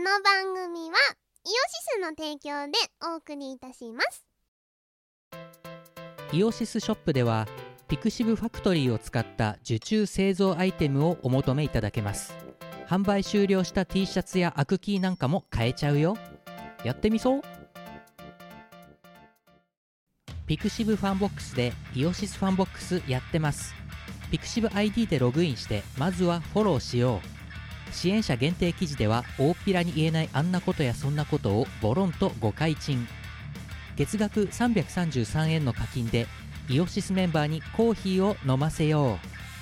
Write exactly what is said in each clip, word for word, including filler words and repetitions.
の番組はイオシスの提供でお送りいたします。 イオシスショップではピクシブファクトリーを使った受注製造アイテムをお求めいただけます。販売終了した T シャツやアクキーなんかも買えちゃうよ。やってみそう。ピクシブファンボックスでイオシスファンボックスやってます。ピクシブ アイディー でログインしてまずはフォローしよう。支援者限定記事では大っぴらに言えないあんなことやそんなことをボロンとご開陳。月額さんびゃくさんじゅうさんえんの課金でイオシスメンバーにコーヒーを飲ませよ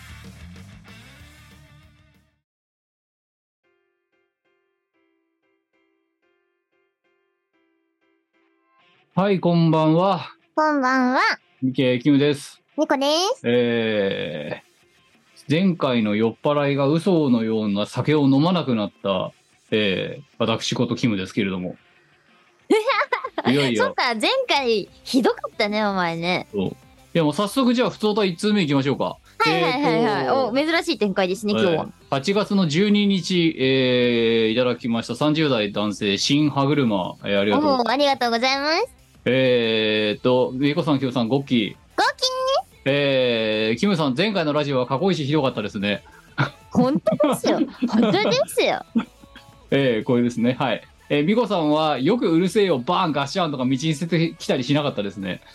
う。はい、こんばんは。 こんばんは。 ミケキムです。 ニコです。 えー、前回の酔っ払いが嘘のような酒を飲まなくなった、えー、私ことキムですけれども。いやいや。 そっか、前回ひどかったね、お前ね。 そう。いやもう早速じゃあ普通歌いち通目いきましょうか。 はいはいはいはい。お、珍しい展開ですね、今日は。 えー、はちがつのじゅうににち、えー、いただきましたさんじゅう代男性、新歯車、えー、ありがとう。 おありがとうございます。 えーっと、みこさん、キムさん、ゴッキー。 ゴッキーえー、キムさん、前回のラジオは過去石ひどかったですね。 本当ですよ。本当ですよ。 えー、これですね。はい。えー、みこさんは、よくうるせえよ、バーン、ガッシャンとか道に捨ててきたりしなかったですね。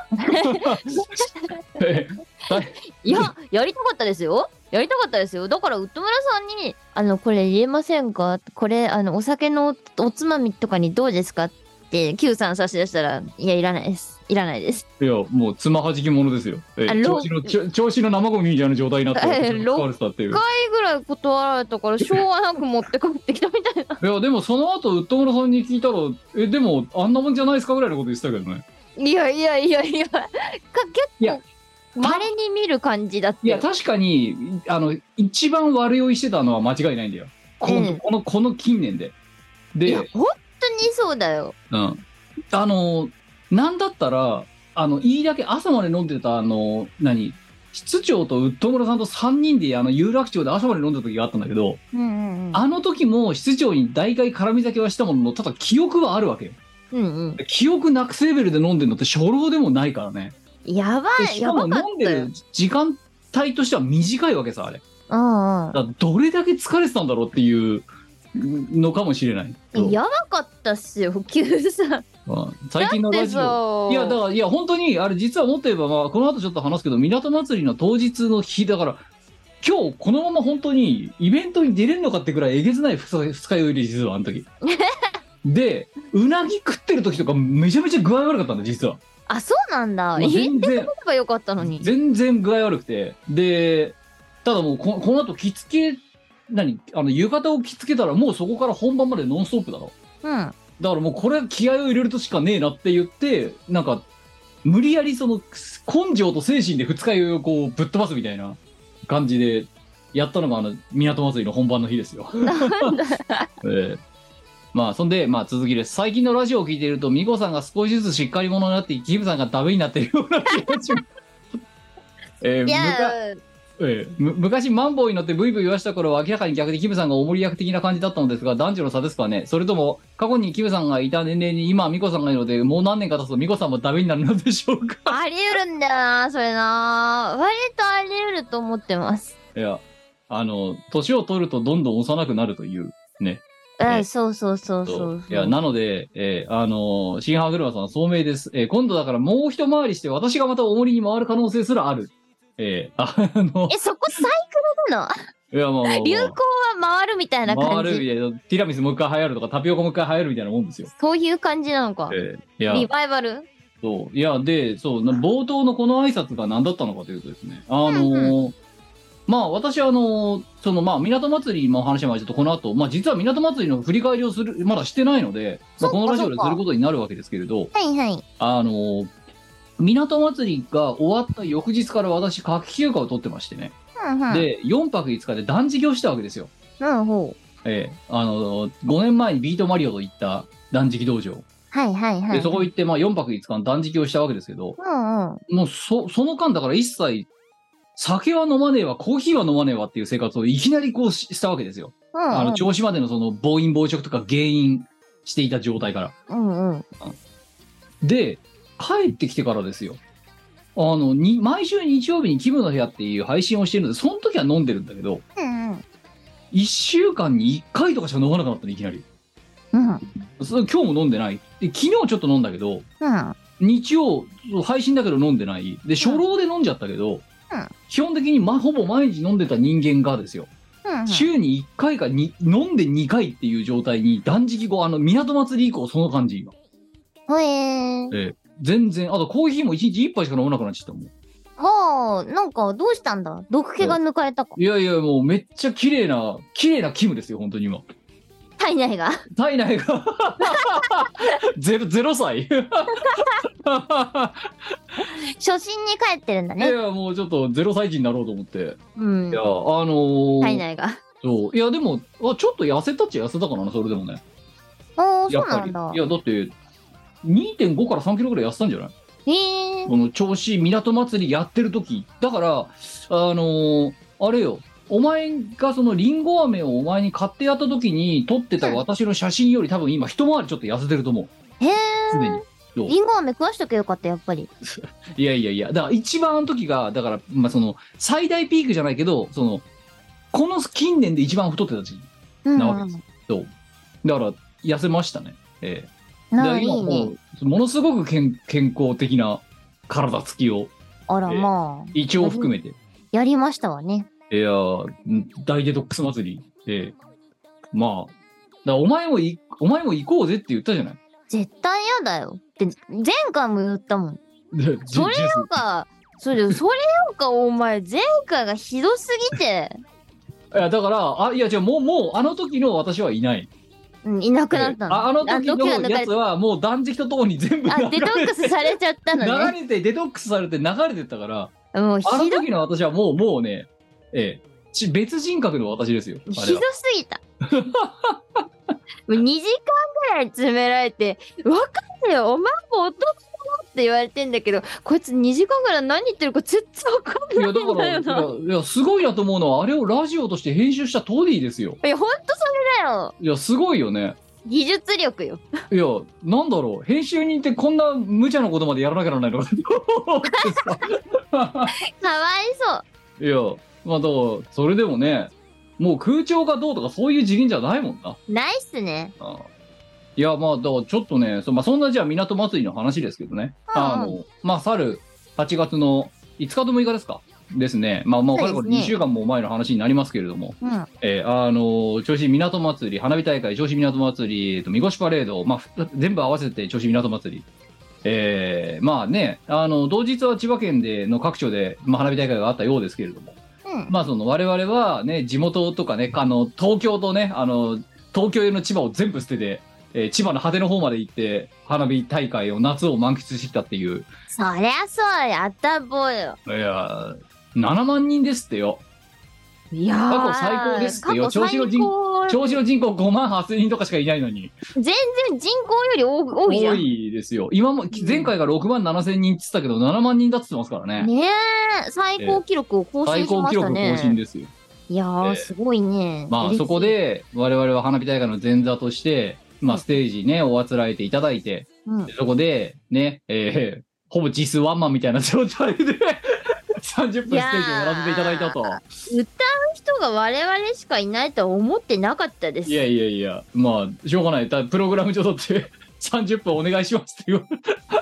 えー、 いや、やりたかったですよ。やりたかったですよ。だから、ウッド村さんに、あの、これ入れませんか？これ、あの、お酒のおつまみとかにどうですかって、Q さん差し出したら、いや、いらないです。いらないです。 いや、もう、つまはじき者ですよ。えー、調子の、ちょ調子の生ゴミみたいな状態になって、 えー、 使われてたっていう。 ろっかいぐらい断られたから、しょうがなく持って帰ってきたみたいな。 いや、でもその後、ウッド村さんに聞いたら、え、でも、あんなもんじゃないですかぐらいのこと言ってたけどね。 いやいやいやいや、かいや結構、稀に見る感じだったいや、 よ。 確かに、あの、一番悪酔いしてたのは間違いないんだよ。この、 うんこの、この近年で。 いや、 で、 本当にそうだよ。 うん。あの、なんだったら、あの、いいだけ朝まで飲んでた、あの、何、室長とウッド村さんとさんにんで、あの、有楽町で朝まで飲んだ時があったんだけど、 うんうんうん。 あの時も室長に大概絡み酒はしたものの、ただ記憶はあるわけよ。 うんうん。 記憶なくすレベルで飲んでるのって初老でもないからね。 やばい、 でしかもやばかったよ。 飲んでる時間帯としては短いわけさ、あれ。 うんだからどれだけ疲れてたんだろうっていうのかもしれない。 うん。やばかったっすよ、Q さん。 うん最近のラジオ。いや、だら、 から、いや、本当に、あれ、実はもっと言えば、まあ、この後ちょっと話すけど、港祭りの当日の日だから、今日、このまま本当に、イベントに出れるのかってくらいえげつない二日二日酔いで、実は、あの時。で、うなぎ食ってる時とか、めちゃめちゃ具合悪かったんだ、実は。 あ、そうなんだ。 まあ言全然ってくればよかったのに。 全然具合悪くて。で、ただもうこ、この後、着付け、何あの、浴衣を着付けたら、もうそこから本番までノンストップだろ。 うん。 だからもうこれ気合を入れるとしかねえなって言って、なんか、無理やりその根性と精神で二日酔いをこうぶっ飛ばすみたいな感じでやったのがあの港祭りの本番の日ですよ。 なんだ。 えーまあそんで、まあ続きです。最近のラジオを聞いていると、ミコさんが少しずつしっかり者になって、キムさんがダメになっているような気がします。えーいやむかえーむ昔マンボウに乗ってブイブイ言わした頃は明らかに逆でキムさんが大盛り役的な感じだったのですが、男女の差ですかね。それとも過去にキムさんがいた年齢に今はミコさんがいるので、もう何年か経つとミコさんもダメになるのでしょうか。 あり得るんだよな、それな。割とあり得ると思ってます。 いや、あの年を取るとどんどん幼くなるというね。 え、そうそうそうそうそう。 いや、なので、えーあのー、新ハーグルマさん、聡明です。えー今度だからもう一回りして、私がまた重りに回る可能性すらある。えーあの、 え、そこサイクルなの？ いや、まあまあまあ流行は回るみたいな感回るみじ。 たいな、ティラミスもう一回流行るとか、タピオカもう一回流行るみたいなもんですよ。 そういう感じなのか。 えーいや、 リバイバル？ そう。いや、で、そう、な冒頭のこの挨拶が何だったのかというとですね、あのーうんまあ、私はあのーその、まあ、港祭りの話はちょっとこの後、まあ、実は港祭りの振り返りをする、まだしてないので、まあ、このラジオですることになるわけですけれど、 はいはい。 あのー港祭りが終わった翌日から私、夏季休暇を取ってましてね。 うんうん。 で、よんぱくいつかで断食をしたわけですよ。 うんほう。 ええあのー、ごねんまえにビートマリオと行った断食道場。 はいはいはい。 で、そこ行って、まあ、よんぱくいつかの断食をしたわけですけど、 うんうん。 もう、そ、その間だから一切、酒は飲まねえわ、コーヒーは飲まねえわっていう生活をいきなりこうししたわけですよ。 うんうんあの調子までのその暴飲暴食とか原因していた状態から。 うんうん。 で、帰ってきてからですよ。あの、に、毎週日曜日にキムの部屋っていう配信をしてるので、その時は飲んでるんだけど、 うんうん。 いっしゅうかんにいっかいとかしか飲まなくなったの、いきなり。 うんそれ今日も飲んでない。で、昨日ちょっと飲んだけど、 うん。 日曜、配信だけど飲んでない。で、初老で飲んじゃったけど、 うん基本的に、ま、ほぼ毎日飲んでた人間がですよ、 うん。 週にいっかいかに飲んでにかいっていう状態に断食後、あの港祭り以降その感じ今、 ほえー。 ええ、全然。あとコーヒーもいちにちいっぱいしか飲まなくなっちゃったもん。 はあ、なんかどうしたんだ、毒気が抜かれたか。 いやいや、もうめっちゃ綺麗な綺麗なキムですよ本当に今。 体内が。 体内がゼロゼロさい。 初心に帰ってるんだね。 いやもうちょっとゼロさい児になろうと思って。 うんいや。あのー、 体内が。 そういやでもあちょっと痩せたっちゃ痩せたかな、それでもね。 ああ、そやっぱりうなんだい。やだって にてんご からさんキロぐらい痩せたんじゃない？ へえ。 この銚子港祭りやってる時だから、あのーあれよ、お前がそのリンゴ飴をお前に買ってやった時に撮ってた私の写真より多分今一回りちょっと痩せてると思う、 へえ。 すでに。そうリンゴ飴食わしとけよかった、やっぱり。 いやいやいや、だから一番あの時がだから、まあ、その最大ピークじゃないけど、そのこの近年で一番太ってた時期うん。 なわけです。そうだから痩せましたね。ええ、 なあ、 で今もいいね。 うものすごく健健康的な体つきをあら、 ええまあ。 胃腸を含めて。 やりましたわね。 いやー、大デトックス祭りで、まあ、だからお前もい、お前も行こうぜって言ったじゃない。 絶対嫌だよ。って、前回も言ったもん。 でそれジュースなんか、それ、それなんかお前、前回がひどすぎて、 いや、だから、あ、いや、じゃもう、もう、あの時の私はいない。 うん、いなくなったの。 ああの時はの抜かれやつは、もう断食とともに全部流あ、デトックスされちゃったのね。 流れて、デトックスされて流れてったから、 もうひあのど、 時の私はもう、もうね、ええ、ち別人格の私ですよ。あひどれはすぎた。もうにじかんぐらい詰められて、わかんないよ、お前も男だって言われてんだけど、こいつにじかんぐらい何言ってるか全然わかんいや、 ないんだから、 だよな。 いや、いや、すごいなと思うのは、あれをラジオとして編集したトディですよ。 いや、ほんとそれだよ。 いや、すごいよね。 技術力よ。 いや、なんだろう、編集人ってこんな無茶なことまでやらなきゃならないのかって思ってさかわいそう。 いや、まあ、だから、それでもね、もう空調がどうとかそういう次元じゃないもんな。 ナイスね。 ああいや、まあ、だからちょっとね、そ,、まあ、そんなじゃあ港祭りの話ですけどね。 うんあの、まあ、去るはちがつのいつかとむいかですかですね。まあ、まあ、 そうですねかれこれにしゅうかんも前の話になりますけれども、 うん。 えーあの銚子港祭り、花火大会、銚子港祭り、えっと、みこしパレード、まあ、ふ全部合わせて銚子港祭り。えーまあね、あの、同日は千葉県での各所で、まあ、花火大会があったようですけれども、 うん。 まあ、その、我々はね、地元とかね、あの、東京とね、あの、東京への千葉を全部捨てて、えー千葉の果ての方まで行って、花火大会を、夏を満喫してきたっていう、 そりゃそうやったぼよ。 いやー、ななまんにんですってよ。 いやー、 過去最高ですってよ過去最銚子の人高銚子の人口ごまんはっせんにんとかしかいないのに。 全然人口より多多いじゃ多ん。 いですよ。今も、前回がろくまんななせんにんって言ってたけど、ななまんにんだって言ってますからね。 ねえ、最高記録を更最新し高記録ましたね。 更新ですよ。 いやー、 ええすごいね。嬉しいまあそこ、で、我々は花火大会の前座として、まうんあステージね、おあつらえていただいて、 うんで、そこで、ね、えーほぼ実数ワンマンみたいな状態で、さんじゅっぷんステージをやらせていただいたと。 歌う人が我々しかいないとは思ってなかったです。 いやいやいや、まあ、しょうがない。たプログラム上だってさんじゅっぷんお願いしますって言われ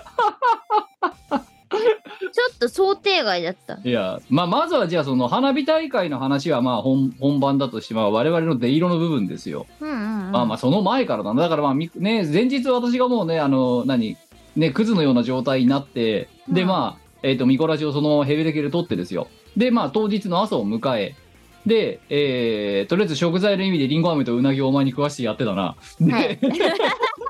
ちょっと想定外だった。 いや、まあ、まずはじゃあその花火大会の話はまあ本本番だとして、まあ我々の出色の部分ですよ。 うんうん、うん。 まあまあその前からなんだ。だからまあみね、前日私がもうね、あの、何、ね、クズのような状態になって、でうんまあ、えっ、と、ミコラジをそのままヘベレケで撮ってですよ。で、まあ当日の朝を迎え、で、えー、とりあえず食材の意味でリンゴ飴とうなぎをお前に食わしてやってたな。で、 はいあれはあ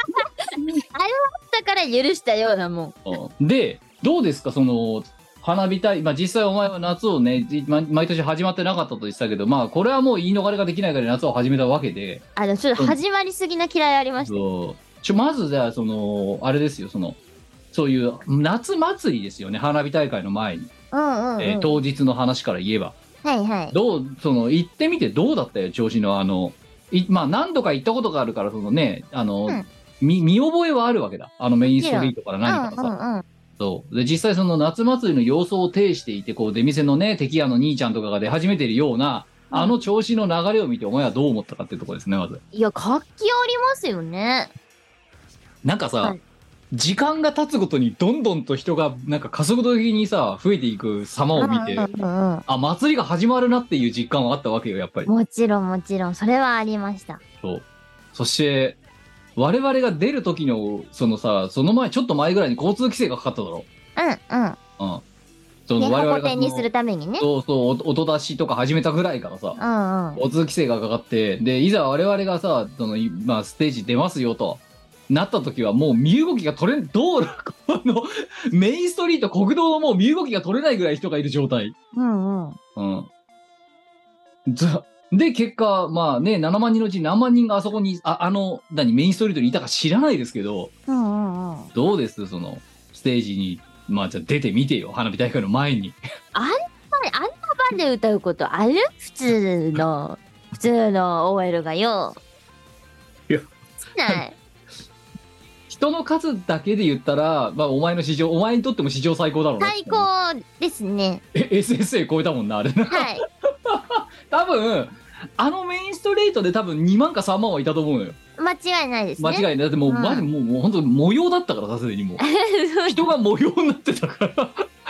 ったから許したようなもん。 うんで、どうですか、その、花火大、まあ実際お前は夏をね、じま毎年始まってなかったと言ってたけど、まあこれはもう言い逃れができないから夏を始めたわけで、 あの、ちょっと始まりすぎな嫌いありました。 そうちょまずじゃあ、その、あれですよ、その、そういう夏祭りですよね、花火大会の前に。 うんうん、うんえー当日の話から言えば。 はいはい。 どう、その、行ってみてどうだったよ、調子のあの、 いまあ何度か行ったことがあるから、そのね、あの、 うん見見覚えはあるわけだ、あのメインストリートから何かさ、 うんうんうん。 そうで実際その夏祭りの様相を呈していて、こう出店のね敵屋の兄ちゃんとかが出始めているような、 うんあの調子の流れを見てお前はどう思ったかっていうところですね。まずいや、活気ありますよね。 なんかさ、 はい時間が経つごとにどんどんと人がなんか加速度的にさ増えていく様を見て、 うんうんうんあ、祭りが始まるなっていう実感はあったわけよ、やっぱり。 もちろんもちろん、それはありました。 そう。そして我々が出る時のそのさ、その前ちょっと前ぐらいに交通規制がかかっただろ。 うんうん。 うん。そね、 の我々 箱がその店にするためにね。 そうそうお音出しとか始めたぐらいからさ、 うんうん。 交通規制がかかって、でいざ我々がさその、まあ、ステージ出ますよとなった時はもう身動きが取れん、道路このメインストリート国道のもう身動きが取れないぐらい人がいる状態。 うんうん。 うん。ざで結果まあねななまん人のうち何万人があそこにああの何メインストリートにいたか知らないですけど、 うんうんうん。 どうですそのステージにまあじゃあ出てみてよ、花火大会の前に。 あんな、あんな場で歌うことある？普通の、普通の オーエル がよ。 いやない。 人の数だけで言ったら、まあ、お前の史上お前にとっても史上最高だろうね。 最高ですね。 え エスエスエー 超えたもんなあれな。 はい。 多分あのメインストリートで多分にまんかさんまんはいたと思うのよ。 間違いないですね。 間違いない。だってもう、 うんマジもうもう本当に模様だったからさすでにもう人が模様になってたから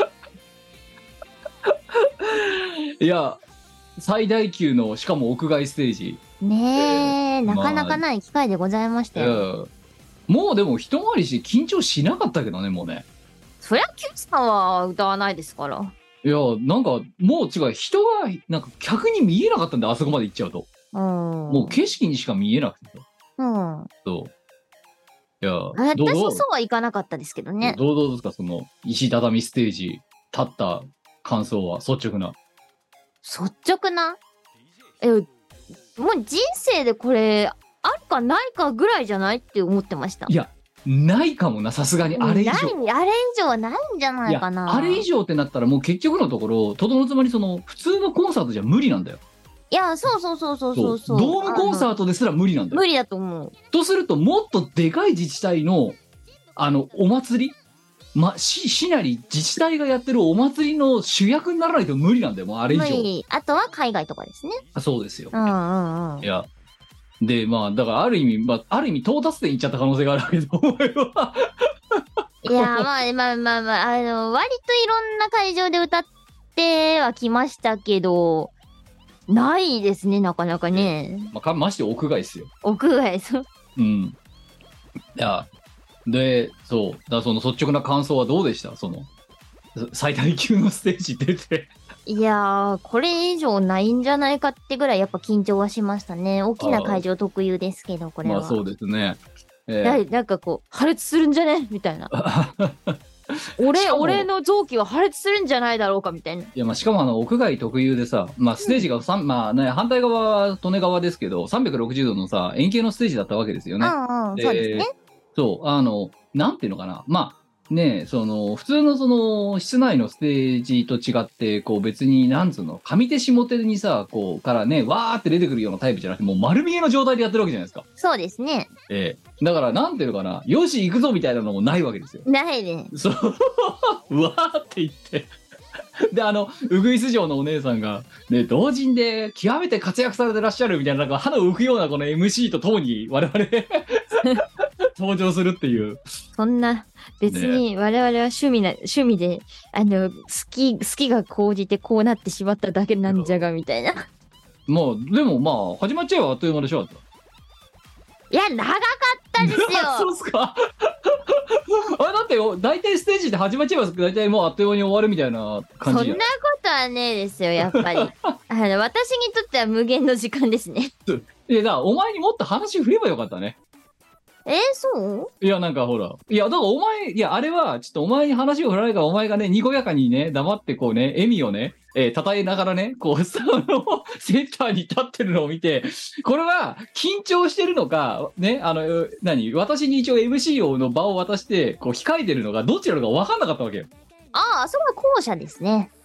いや最大級のしかも屋外ステージ、 ねえ、 まあなかなかない機会でございましたよ。 うん、もうでも一回りして緊張しなかったけどねもうね。 そりゃ Q さんは歌わないですから。 いやなんかもう違う、人がなんか客に見えなかったんだ、あそこまで行っちゃうと。 うん。 もう景色にしか見えなくてさ。 うん。 そういや私どうどうそうはいかなかったですけどね。 どうどうですかその石畳ステージ立った感想は、率直な。 率直なえ、もう人生でこれ、あるかないかぐらいじゃないって思ってました。 いやないかもな、さすがにあれ以上。 ないあれ以上はないんじゃないかな。 いやあれ以上ってなったらもう結局のところとどのつまりその普通のコンサートじゃ無理なんだよ。 いや、そうそうそうそうそうそう。 ドームコンサートですら無理なんだよ。 無理だと思う。 とするともっとでかい自治体のあのお祭り、ま、市市なり自治体がやってるお祭りの主役にならないと無理なんだよもうあれ以上。 無理。あとは海外とかですね。 あそうですよ。 うんうんうんい。やでまあだからある意味、まあ、ある意味到達点いっちゃった可能性があるわけどお前はいや、まあまあまあまあ、あの、割といろんな会場で歌ってはきましたけど、ないですね、なかなかね。 まあ、かまして屋外ですよ。 屋外、そう。 うん。いやでそうだからその率直な感想はどうでした？その最大級のステージ出ていやー、これ以上ないんじゃないかってぐらいやっぱ緊張はしましたね。大きな会場特有ですけど、これは。 まあそうですね。えななんかこう、破裂するんじゃねみたいな。 ー俺、 しかも俺の臓器は破裂するんじゃないだろうかみたいな。 いやまあしかもあの屋外特有でさ、まあ、ステージがさん、まあね、反対側は利根側ですけどさんびゃくろくじゅうどのさ円形のステージだったわけですよね。 うんうん、 でそうですね。 そうあのなんていうのかな、まあねその普通のその室内のステージと違ってこう別になんつうの上手下手にさこうからねわーって出てくるようなタイプじゃなくてもう丸見えの状態でやってるわけじゃないですか。 そうですね。 ええ、だからなんていうのかな、よし行くぞみたいなのもないわけですよ。 ないね。 そううわーって言ってであのウグイス嬢のお姉さんが、ね、同人で極めて活躍されてらっしゃるみたいな、なんか歯の浮くようなこの エムシー とともに我々登場するっていう。 そんな、別に我々は趣味な、趣味で、あの、好き、好きが高じてこうなってしまっただけなんじゃが、みたいな。いまあでもまあ始まっちゃえばあっという間でしょだった。 や、長かったですよ。 そうっすかあれだってよ大体ステージで始まっちゃえば大体もうあっという間に終わるみたいな感じじゃん。 そんなことはねえですよ、やっぱり。あの、私にとっては無限の時間ですね。 いやだからお前にもっと話振ればよかったね。 えー、そういやなんかほらいやだからお前いやあれはちょっとお前に話を振られるからお前がねにこやかにね黙ってこうね笑みをねえー、称えながらねこうスタのセンターに立ってるのを見てこれは緊張してるのかねあの何私に一応 エムシー をの場を渡してこう控えてるのがどっちなのか分かんなかったわけよ。 ああ、それは後者ですね。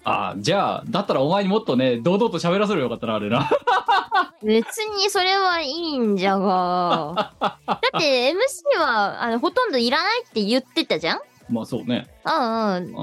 ああ、じゃあだったらお前にもっとね堂々と喋らせればよかったな、あれな。 別にそれはいいんじゃが。だって エムシー はあのほとんどいらないって言ってたじゃん。 まあそうね。 うんうん。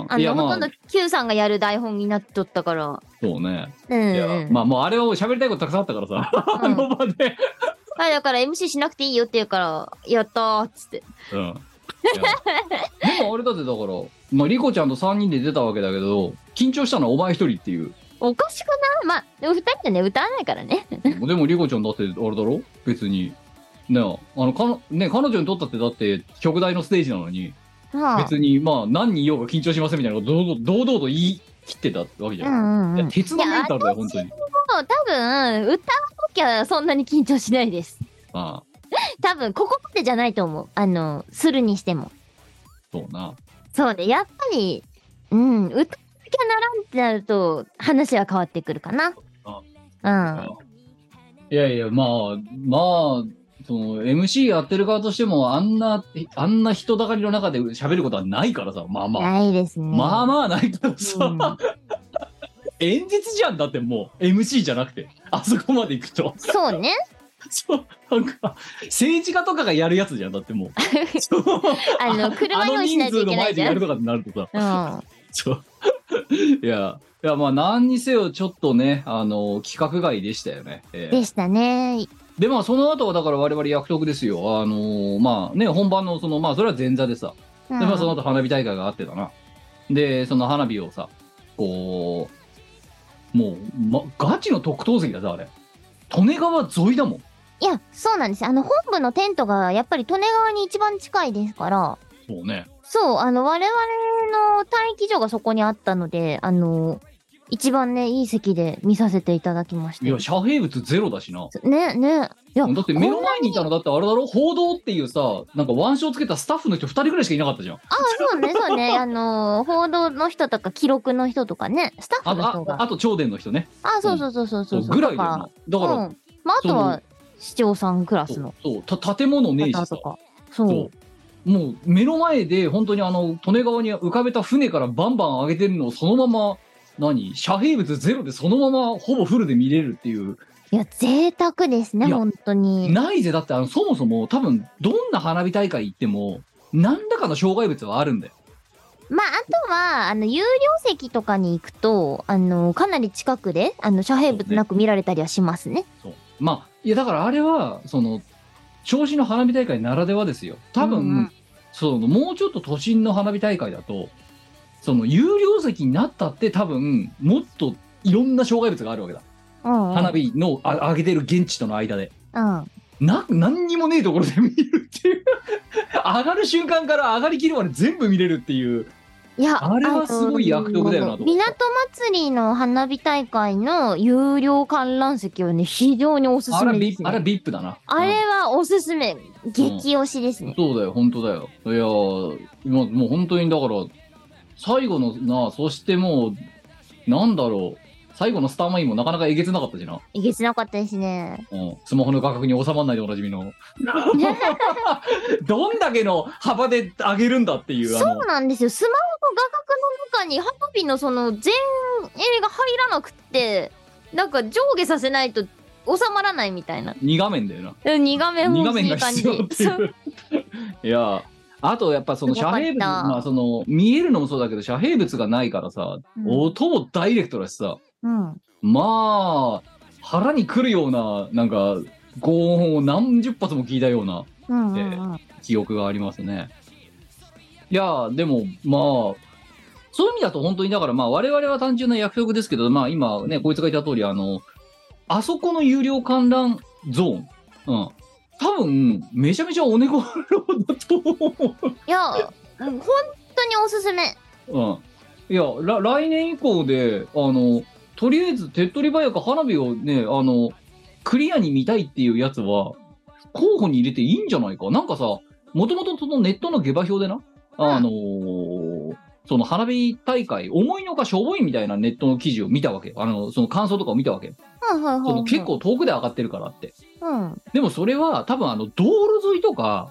あいやまあのほとんど Q さんがやる台本になっとったから。 そうね。 うんいやうん。 まあもうあれは喋りたいことたくさんあったからさ、あの場で。 はい、だから エムシー しなくていいよって言うから、やったーっつって。 うん。いやでもあれだってだから、まあリコちゃんとさんにんで出たわけだけど、緊張したのはお前一人っていう。 おかしくないまあ、でもふたりでね、歌わないからね。 でもリコちゃんだってあれだろ別に。ねあのかね彼女にとったってだって極大のステージなのに、 はあ、 別にまあ何人いようが緊張しませんみたいなこと堂々堂々と言い切ってたわけじゃ。 うんんうんうん。 いや鉄のメンタルだよ本当に。 もう多分、歌わなきゃそんなに緊張しないです。 ああ多分、ここまでじゃないと思う。あの、するにしても。 そうな。 そうね、やっぱり、うん、歌わなきゃならんってなると、話は変わってくるかな。うん。 いやいやまあまあその エムシー やってる側としてもあんなあんな人だかりの中で喋ることはないからさ、まあまあないですね。 まあまあないからさ、 うん演説じゃんだってもう エムシー じゃなくてあそこまで行くとそうね。 そうなんか政治家とかがやるやつじゃんだってもうそうあの、車用意しないといけないじゃん。 あの人数の前でやるとかってなるとさ、 うん。 そういやいやまあ何にせよちょっとねあの規格外でしたよね、えーでしたね。 でまあその後はだから我々役得ですよ。あのーまあね本番のそのまあそれは前座でさ、 うん、 でまあその後花火大会があってたな。でその花火をさこうもう、ま、ガチの特等席だぞあれ。利根川沿いだもん。 いや、そうなんです。あの、本部のテントがやっぱり利根川に一番近いですから、 そうね。 そう、あの、我々の待機所がそこにあったので、あの、一番ね、いい席で見させていただきましたよ。 いや遮蔽物ゼロだしな。 ね、ね。いや、 だって目の前にいたのだってあれだろ報道っていうさなんか腕章つけたスタッフの人ふたりぐらいしかいなかったじゃん。 あ、そうね、そうね。あのー、報道の人とか記録の人とかね、スタッあフの人が。 ああと朝殿の人ね。 あ、そうそうそうそうそうそう。 ぐらいだよな。だから、 うん。まあ、あとは、市長さんクラスのそうそうた建物ねえしさ方とか。そう。 そうもう目の前で本当にあの利根川に浮かべた船からバンバン上げてるのをそのまま何遮蔽物ゼロでそのままほぼフルで見れるっていう。 いや、贅沢ですね、 いや本当に。 ないぜだってあのそもそも多分どんな花火大会行っても何らかの障害物はあるんだよ。 まあ、あとは、あの、有料席とかに行くと、あの、かなり近くで、あの、遮蔽物なく見られたりはしますね。 そうまあいやだからあれはその銚子の花火大会ならではですよ多分、 うんうんそのもうちょっと都心の花火大会だとその有料席になったって多分もっといろんな障害物があるわけだ、 うん、うん。 花火のあ上げてる現地との間でうん。 な何にもねえところで見るっていう上がる瞬間から上がりきるまで全部見れるっていういや、 あれはすごい役得だよなと思った。 港祭りの花火大会の有料観覧席はね、非常におすすあれはめです、ね。 ビあれは ブイアイピー だな。 あれうんはおすすめ。激推しですね。 そうだよ本当だよ。いやー今もう本当にだから最後のなそしてもうなんだろう最後のスターマインもなかなかえげつなかったしな。 えげつなかったですね。 うん、スマホの画角に収まらないでおなじみのどんだけの幅で上げるんだっていうあそのうなんですよ。スマホの画角の中に花火のその全映が入らなくって、なんか上下させないと収まらないみたいな。 に画面だよな。 うんに画面に画欲しい感じ。 面が必要っていそうういやあとやっぱその遮蔽物よかったまあその見えるのもそうだけど遮蔽物がないからさ、 うん音もダイレクトだしさうん。 まあ腹にくるようななんか轟音を何十発も聞いたようなうんうんうん。 記憶がありますね。いやでもまあそういう意味だと本当にだからまあ我々は単純な役職ですけどまあ今ねこいつが言った通りあのあそこの有料観覧ゾーンうん多分めちゃめちゃおねごろだと思う。 いや、うん本当におすすめ。 うんいやら来年以降であのとりあえず手っ取り早く花火をねあのクリアに見たいっていうやつは候補に入れていいんじゃないか。なんかさもともとそのネットの下馬評でな、あのーその花火大会思いのほかしょぼいみたいなネットの記事を見たわけ。あのその感想とかを見たわけ。 はいはいはいはい。 その結構遠くで上がってるからって。 うん。 でもそれは多分あの道路沿いとか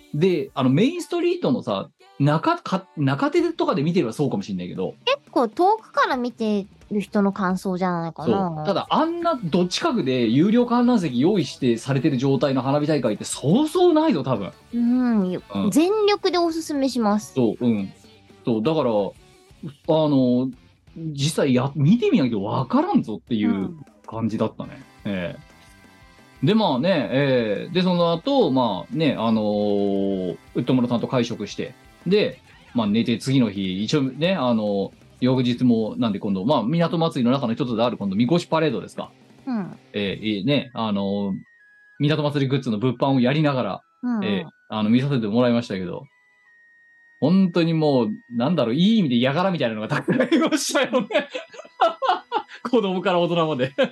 で、あのメインストリートのさ、中か中手とかで見てればそうかもしれないけど、 結構遠くから見てる人の感想じゃないかそうな。 ただあんなど近くで有料観覧席用意してされてる状態の花火大会ってそうそうないぞ多分。 うん、 うん全力でおすすめします。 そううんそうだからあの実際や見てみなきゃ分からんぞっていううん感じだったね。ええでまあね、ええでその後まあねあのー、ウッド村さんと会食してでまあ寝て次の日一応ねあの翌日もなんで今度まあ港祭りの中の一つである今度みこしパレードですか。 うん。 ええいいねあの港祭りグッズの物販をやりながら、 うん。 ええあの見させてもらいましたけど。本当にもう、なんだろう、いい意味でやがらみたいなのがたくさんありましたよね。子供から大人まで。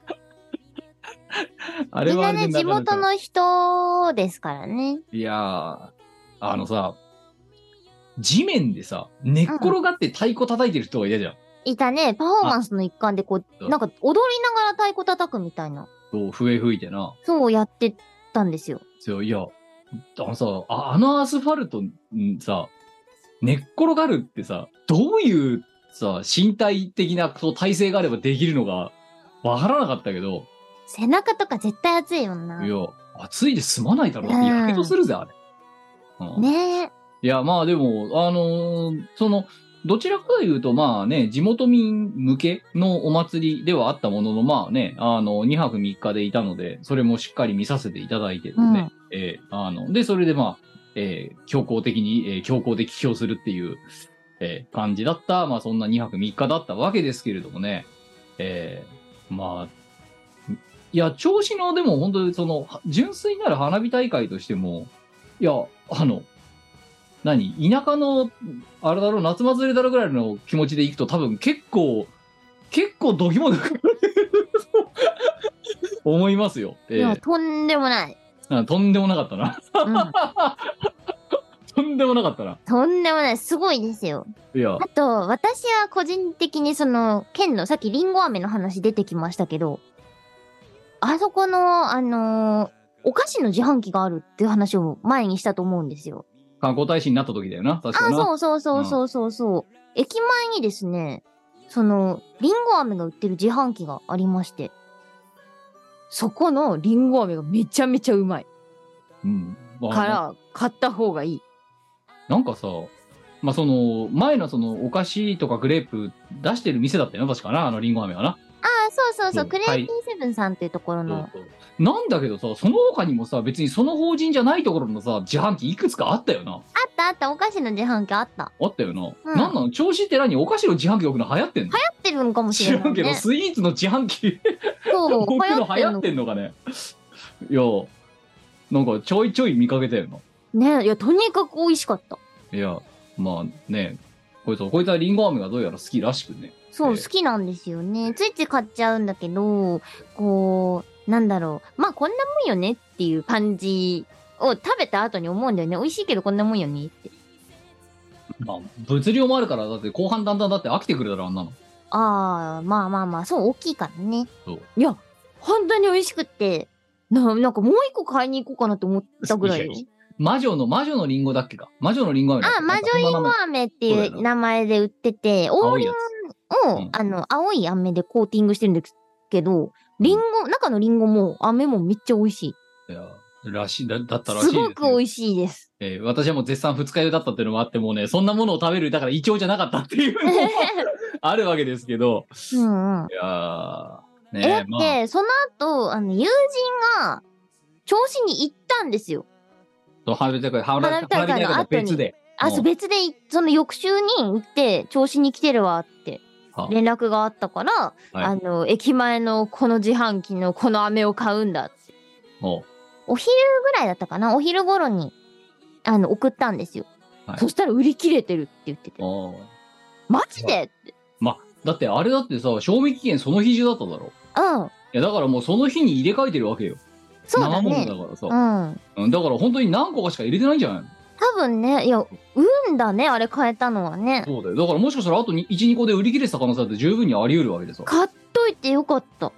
あれみんなね、 はあれで地元の人ですからね。 いやー、あのさ、地面でさ、寝っ転がって太鼓叩いてる人がいたじゃん。 いたね、パフォーマンスの一環でこそうう、なんか踊りながら太鼓叩くみたいな。 そう、笛吹いてな。 そうやってたんですよ。 そういや、あのさ、ああのアスファルトんさ、寝っ転がるってさ、どういうさ、身体的なそう体勢があればできるのか、わからなかったけど、 背中とか絶対熱いもんな。 いや、暑いで済まないだろ。だってやけどするぜ、あれ。うんねえ。 いや、まあでも、あのーその、どちらかというと、まあね、地元民向けのお祭りではあったものの、まあね、あの、にはくみっかでいたので、それもしっかり見させていただいてるので、 うんえーあの、で、それでまあ、えー強行的に、えー強行で起床するっていう、えー感じだった、まあそんなにはくみっかだったわけですけれどもね、えーまあ、いや、調子の、でも本当にその、は純粋なる花火大会としても、いや、あの、何田舎の、あれだろう、夏祭りだろぐらいの気持ちで行くと多分結構、結構ドキモ抜かれると思いますよ。えいや、 えとんでもない。 あとんでもなかったな。 うん。 とんでもなかったな。 とんでもない。すごいですよ。 いや、 あと、私は個人的にその、県のさっきリンゴ飴の話出てきましたけど、あそこの、あのーお菓子の自販機があるっていう話を前にしたと思うんですよ。 観光大使になった時だよな、確かあ、 な。 そうそうそうそうそうそう。駅前にですね、その、リンゴ飴が売ってる自販機がありまして、そこのリンゴ飴がめちゃめちゃうまい。 うん。まあから、買った方がいい。 なんかさ、まあ、その、前のその、お菓子とかグレープ出してる店だったよな、確かな、あのリンゴ飴はな。 あ、そうそうそう、 そうクレイティセブンさんっていうところの。 そうそうなんだけどさ、その他にもさ、別にその法人じゃないところのさ、自販機いくつかあったよな。 あったあった、お菓子の自販機あった。 あったよな。 うんなんなの調子って何お菓子の自販機置くの流行ってんの流行ってるのかもし知らんけど、 れないね。 スイーツの自販機そう、 置くの流行っ流行っててんのかね。いや、なんかちょいちょい見かけたよな。 ね。いや、とにかく美味しかった。 いや、まあね、こいつは、こいつはリンゴ飴がどうやら好きらしくね。 そう、 ええ好きなんですよね。ついつい買っちゃうんだけど、こう、なんだろう。まあ、こんなもんよねっていう感じを食べた後に思うんだよね。美味しいけどこんなもんよねって。 まあ、物量もあるから、だって後半だんだんだって飽きてくるだろ、あんなの。 ああ、まあまあまあ、そう、大きいからね。 そう。 いや、本当に美味しくって、な、なんかもう一個買いに行こうかなって思ったぐらいよいや。魔女の、魔女のリンゴだっけか。魔女のリンゴ飴だっけあ、魔女リンゴ飴っていう名前で売ってて、黄青いや金を、 うんあの、青い飴でコーティングしてるんですけど、リンゴ、中のリンゴも飴もめっちゃ美味しい。 つ。いや、らしい、だだったらしいすですよ。 ごく美味しいです。 えー私はもう絶賛二日酔いだったっていうのもあってもうね、そんなものを食べる、だから胃腸じゃなかったっていうのもあるわけですけど、 うんうん。 いやー、 え、 ねだって、 まあ、 その後、あの、友人が、調子に行ったんですよ。 そう花火大会、花花火大会の後に花火大会と別で。 あ、そう、別でい、その翌週に行って、調子に来てるわっては連絡があったから、 はいあの、駅前のこの自販機のこの飴を買うんだって。 おお昼ぐらいだったかなお昼頃に、あの、送ったんですよ。 はいそしたら売り切れてるって言ってて。 おマジでって。 ま、だってあれだってさ、賞味期限その日中だっただろ。 うん。 いや、だからもうその日に入れ替えてるわけよ。 そうだね。 生ものだからさ。 うん。 うん、だから本当に何個かしか入れてないんじゃないの多分ね、いや、運だね、あれ変えたのはね。 そうだよ。だからもしかしたらあといち、にこで売り切れてた可能性だって十分にあり得るわけでさ。 買っといてよかった。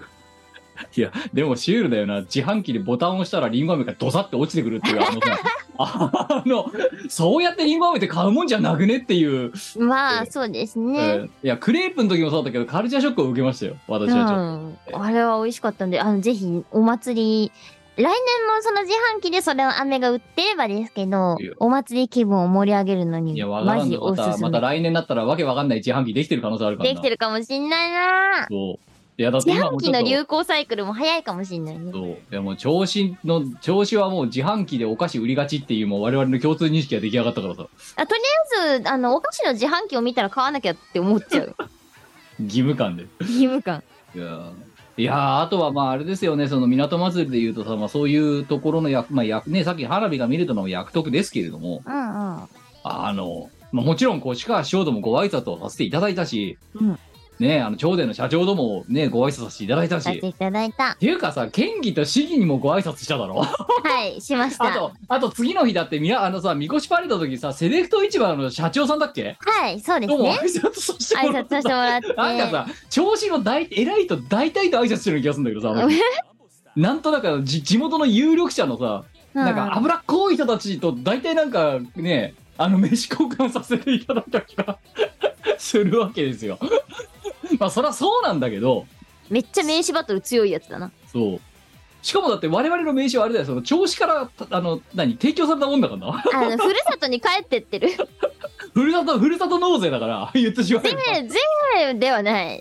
いや、でもシュールだよな。自販機でボタンを押したらリンゴ飴がドサって落ちてくるっていう、あのさ、 あのそうやってリンゴ飴って買うもんじゃなくねっていう、 まあ、そうですえね。 ーいやクレープの時もそうだったけどカルチャーショックを受けましたよ私うはちょっと、 ん。あれは美味しかったんで、あの、ぜひ、お祭り、来年もその自販機でそれの飴が売ってればですけどいいよ、 お祭り気分を盛り上げるのいに、 やわからマジんのまたおすすめ。 また来年になったらわけわかんない自販機できてる可能性あるからな。 できてるかもしんないな。 そういやだって自販機の今もちょっと流行サイクルも早いかもしんないね。 そういやもう調子の調子はもう自販機でお菓子売りがちっていうもう我々の共通認識が出来上がったからさあ、とりあえず、あの、お菓子の自販機を見たら買わなきゃって思っちゃう。 義務感で義務感。 いやーいやーあとはまああれですよねその港祭りでいうとさ、まあ、そういうところの役まあ役ねさっき花火が見れたのも役得ですけれどもうんうん。 あの、まあ、もちろん越川師匠ともご挨拶をさせていただいたし、 うんねあの長電の社長ともねご挨拶させていただいたしさせていただいた。 っていうかさ県議と市議にもご挨拶しただろはい、しました。 あとあと次の日だってみなあのさみこしパレードの時さセレクト市場の社長さんだっけはい、そうですどうも挨ね。 拶させて挨もらった拶させてもらって。 なんかさ調子の大偉いと大体と挨拶してる気がするんだけどさあのなんとなくじ地元の有力者のさなんか脂っこい人たちと大体なんかねあの飯交換させていただいた気がするわけですよまあそりゃそうなんだけどめっちゃ名刺バトル強いやつだな。 そうしかもだって我々の名刺はあれだよその銚子からあの何提供されたもんだからなあの、ふるさとに帰ってってる。 ふるさとふるさと納税だから言ってしまえば税、税ではない。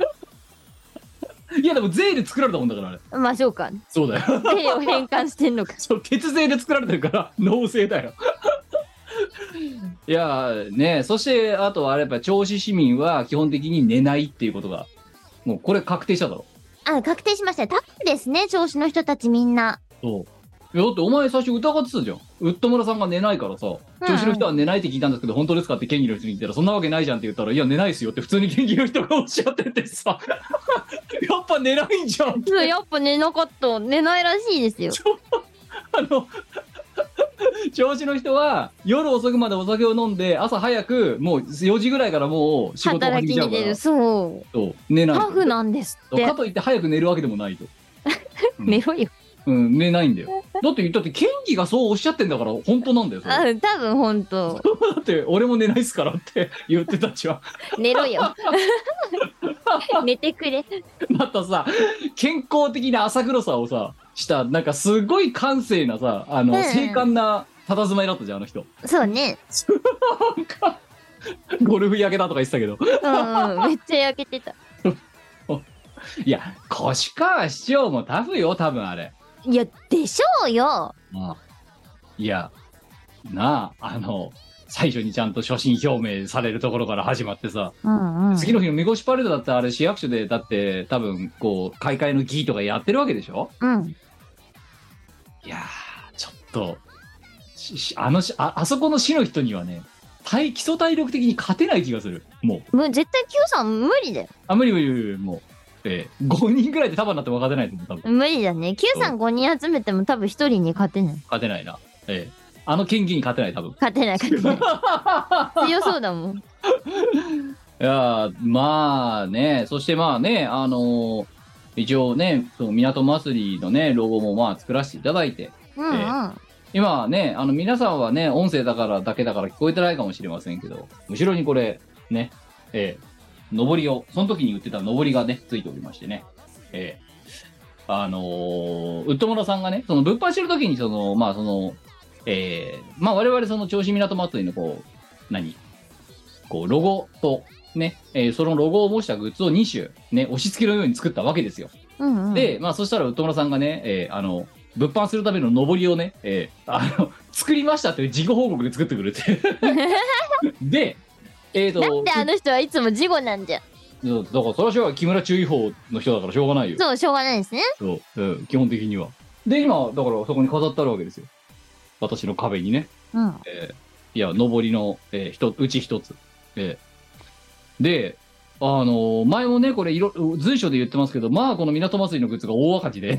いやでも税で作られたもんだからあれまあ、そうか。 そうだよ税を返還してんのか。 そう血税で作られてるから納税だよいやーねそしてあとはあれやっぱ銚子市民は基本的に寝ないっていうことがもうこれ確定しただろあ、確定しましたね。多分ですね、調子の人たちみんな。 そういやだってお前最初疑ってたじゃんウッド村さんが寝ないからさうん銚子の人は寝ないって聞いたんですけど本当ですかって県議の人に言ったらそんなわけないじゃんって言ったらいや寝ないですよって普通に県議の人がおっしゃっててさやっぱ寝ないんじゃんってそう、やっぱ寝なかった。寝ないらしいですよ。 あの銚子の人は夜遅くまでお酒を飲んで朝早くもうよじぐらいからもう仕事を働始めちゃうからきに出る。そう。 そう寝ないタフなんですってか。といって早く寝るわけでもないと、うん寝ろよ。 うん、寝ないんだよだってだって県議がそうおっしゃってんだから本当なんだよそれあ、多分ほんと。 だって俺も寝ないっすからって言ってたちは寝ろよ。寝てくれ。 またさ健康的な朝黒さをさしたなんかすごい閑静なさあの、 うん精悍な佇まいだったじゃんあの人そうね。 なんかゴルフ焼けだとか言ってたけどうんうん。めっちゃ焼けてた。 いや越川市長もタフよ多分あれいや、でしょうよ。 いやなああの最初にちゃんと所信表明されるところから始まってさ、 うんうん。 次の日のみこしパレードだってあれ市役所でだって多分こう開会の儀とかやってるわけでしょうん。 いやーちょっとししあのしああそこの市の人にはね体基礎体力的に勝てない気がするもうもう絶対 Q さん無理だよ。 あ無理無理無理無理もう、えー、ごにんぐらいで束になっても勝てないと思う多分無理だね。Q さんごにん集めても多分ひとりに勝てない。 勝てないなえー、あの県議に勝てない多分勝てない勝てない。強そうだもん。 いやーまあねそしてまあねあのー一応ねその港祭りのねロゴもまあ作らせていただいてうんうん。 え今はねあの皆さんはね音声だからだけだから聞こえてないかもしれませんけど後ろにこれねえー、上りをその時に売ってた上りがねついておりましてねえー、あのー、ウッドモラさんがねその物販してる時にそのまあそのえー、まあ我々その銚子港祭りのこう何こうロゴとね、えー、そのロゴを模したグッズをに種ね押し付けるように作ったわけですよ。 うんうん。 でまあそしたらウッドモラさんがね、えー、あの物販するための上りをね、えー、あの作りましたっていう自己報告で作ってくれてでえーとだってあの人はいつも事後なんじゃん。 そうだからそれはしょうがない木村注意報の人だからしょうがないよそう、しょうがないですね。 そう、うん、基本的にはで今だからそこに飾ってあるわけですよ私の壁にね、 うん。 えーいや上りの、えー、一うち一つ、えーであのー前もねこれいろ随所で言ってますけどまあこの港祭りのグッズが大赤字で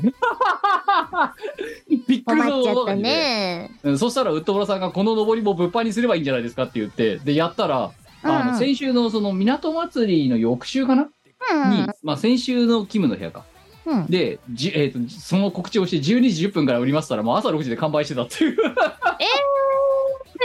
びっくりする困っちゃった大赤字で、 ね。 うんそしたらウッドモラさんがこの上りも物販にすればいいんじゃないですかって言ってでやったらあの、 うんうん先週のその港祭りの翌週かな、 うんに、まあ、先週のキムの部屋かうん。 で、じえー、とその告知をしてじゅうにじじゅっぷんから売りますったらもう朝ろくじで完売してたっていうえ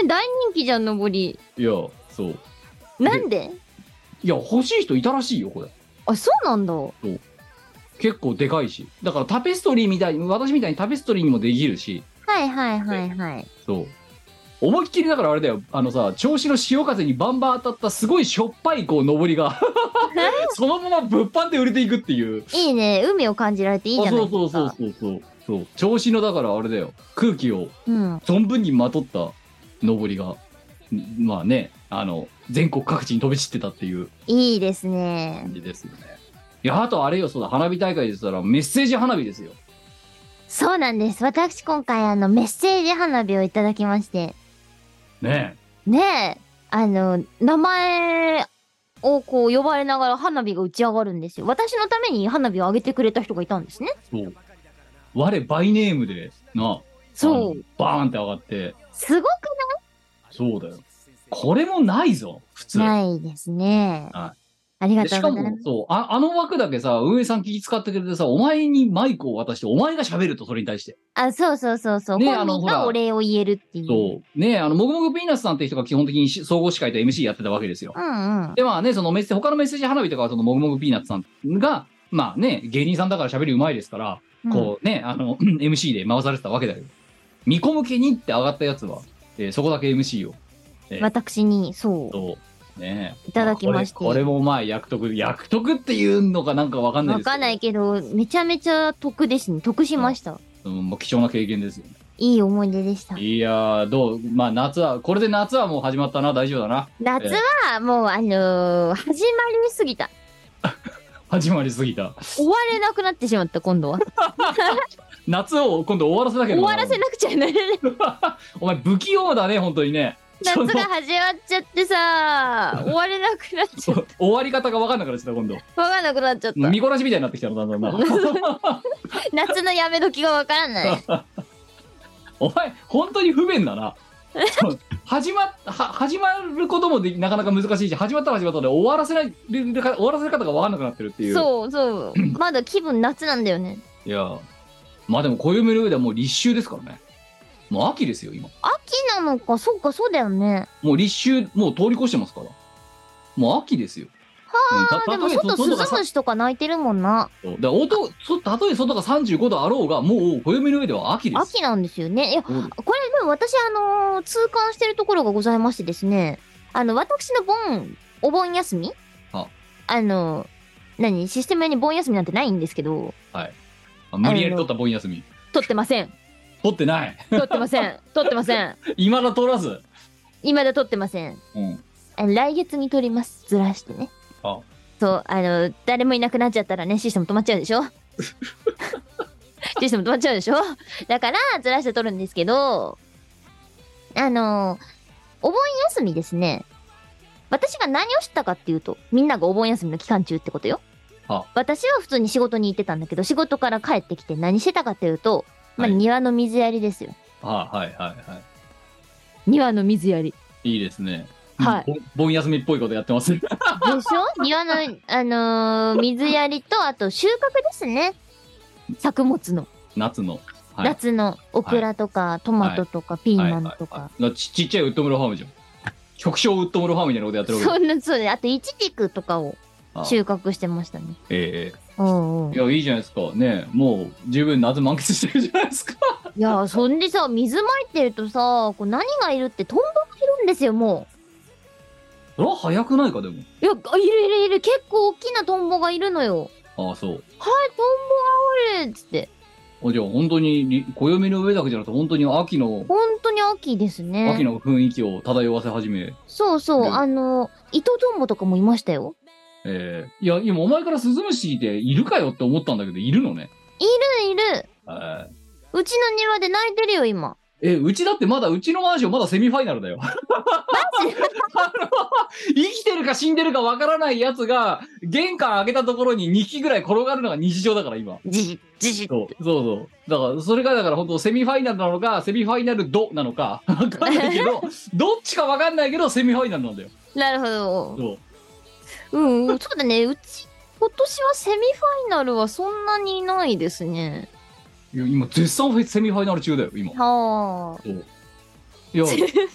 大人気じゃん、上り。 いやそうなんで？ いや欲しい人いたらしいよこれ。 あ、そうなんだ。 結構でかいし、だからタペストリーみたいに、私みたいにタペストリーにもできるし、 はいはいはいはい。 そう思いっきりだからあれだよ、あのさ、銚子の潮風にバンバン当たったすごいしょっぱいこう上りがそのまま物販で売れていくっていう。 いいね、海を感じられていいじゃないですか。 そうそうそうそうそうそう、銚子のだからあれだよ、空気をうん存分にまとった上りが、まあね、あの全国各地に飛び散ってたっていういいですね。 感じですよね。いや、あとあれよ、そうだ、花火大会でしたらメッセージ花火ですよ。 そうなんです。私今回あのメッセージ花火をいただきまして。 ねねえ、あの、名前をこう呼ばれながら花火が打ち上がるんですよ。私のために花火を上げてくれた人がいたんですね。 そう。我バイネームでな、 そう。 バーンって上がって。 すごくそうだよ。これもないぞ、普通。 ないですね。 はい。 ありがとしかも、 うございます。 そう、あ、あの枠だけさ、運営さん気遣ってくれてさ、お前にマイクを渡して、お前が喋ると、それに対して。 あ、そうそうそうそう。 ね、 本人がお礼を言えるっていう。 そう。ね、あの、もぐもぐピーナッツさんって人が基本的に総合司会と エムシー やってたわけですよ。 うんうん。 で、まあね、そのメッセ、他のメッセージ花火とかは、そのもぐもぐピーナッツさんが、まあね、芸人さんだから喋りうまいですから、 うん、 こうね、あの、エムシー で回されてたわけだけど、見込む気にって上がったやつは、えーそこだけ エムシー を。えー私に、そう。 そうね、 いただきまして、 これ、これもまあ役得役得っていうのかなんかわかんないですけど、 わかんないけど、めちゃめちゃ得ですね。得しました。 うん、もう貴重な経験ですよね。 いい思い出でした。 いやー、どう、まあ夏はこれで夏はもう始まったな、大丈夫だな。 夏はもう、あのー、始まりすぎた。 始まりすぎた。 終われなくなってしまった今度は。 夏を今度終わらせなきゃ終わらせなくちゃいけない。 お前不器用だね本当にね。 夏が始まっちゃってさ、終われなくなっちゃった。 終わり方が分かんなくなっちゃった今度。 分かんなくなっちゃった。 見こらしみたいになってきたのだんだんな。 夏のやめ時が分からない。 お前本当に不便だな。始まは始まることもでなかなか難しいし、始まったら始まったで終わらせない終わらせ方が分かんなくなってるっていう。 そうそう。まだ気分夏なんだよね。 いや、まあでも暦の上ではもう立秋ですからね。もう秋ですよ今。 秋なのか、そうか、そうだよね。 もう立秋もう通り越してますから。もう秋ですよ。 はあ、 うん、 でも外スズムシとか鳴いてるもんな。 そうだ音そたとえ外がさんじゅうごどあろうがもう暦の上では秋です。 秋なんですよね。いや、これうん、 でも私あのー痛感してるところがございましてですね、あの私の盆お盆休み、 ああのー、何システムに盆休みなんてないんですけど、 はい。あ無理やり取った盆休み。 取ってません。 取ってない。 取ってません。取ってません。 今だ取らず。 今だ取ってません。 うん。 あの来月に取ります。ずらしてね。 あ。 そう、あの、誰もいなくなっちゃったらね、システム止まっちゃうでしょ。システム止まっちゃうでしょ。だから、ずらして取るんですけど、あの、お盆休みですね。私が何をしたかっていうと、みんながお盆休みの期間中ってことよ。 あ。 私は普通に仕事に行ってたんだけど、仕事から帰ってきて何してたかっていうと、まあ、 はい庭の水やりですよ。 あ、はいはいは庭の水やり。 い。いいですね。 はいぼ盆休みっぽいことやってます。 でしょ。庭の、あのー水やりと、あと収穫ですね。作物の。 夏の。はい、 夏のオクラとか、トマトとか、ピーマンとか。 はいはいはい、ち, ちっちゃいウッドムロファームじゃん。極小ウッドムロファームみたいなことやってるわけ。 そんな、そうで、あとイチジクとかを収穫してましたね。 ええうんうん。 いや、いいじゃないですか。ねもう十分夏満喫してるじゃないですか。 いや、そんでさ、水まいてるとさ、こう何がいるってトンボがいるんですよ、もそれは早くないか、でも。 う。いや、いるいるいる、結構大きなトンボがいるのよ。 ああ、そう。 はい、トンボがおるっつって。 あ、じゃあ本当に暦の上だけじゃなくて本当に秋の、 本当に秋ですね。 秋の雰囲気を漂わせ始め。 そうそう、 うんあの、糸トンボとかもいましたよ。 ええいや、今お前からスズムシでいるかよって思ったんだけど、いるのね。 いるいる。 えうちの庭で泣いてるよ、今。 え、うちだってまだ、うちのマンションまだセミファイナルだよ。マジ生きてるか死んでるかわからないやつが、玄関開けたところににひきぐらい転がるのが日常だから、今。 じじ、じじ。 そうそうそう。だから、それがだから本当セミファイナルなのか、セミファイナルドなのか、わかんないけど、どっちかわかんないけど、セミファイナルなんだよ。 なるほど。 そう。 うん、うん、そうだね。うち、今年はセミファイナルはそんなにいないですね。 いや今、絶賛セミファイナル中だよ、今。 はあ。 そういや、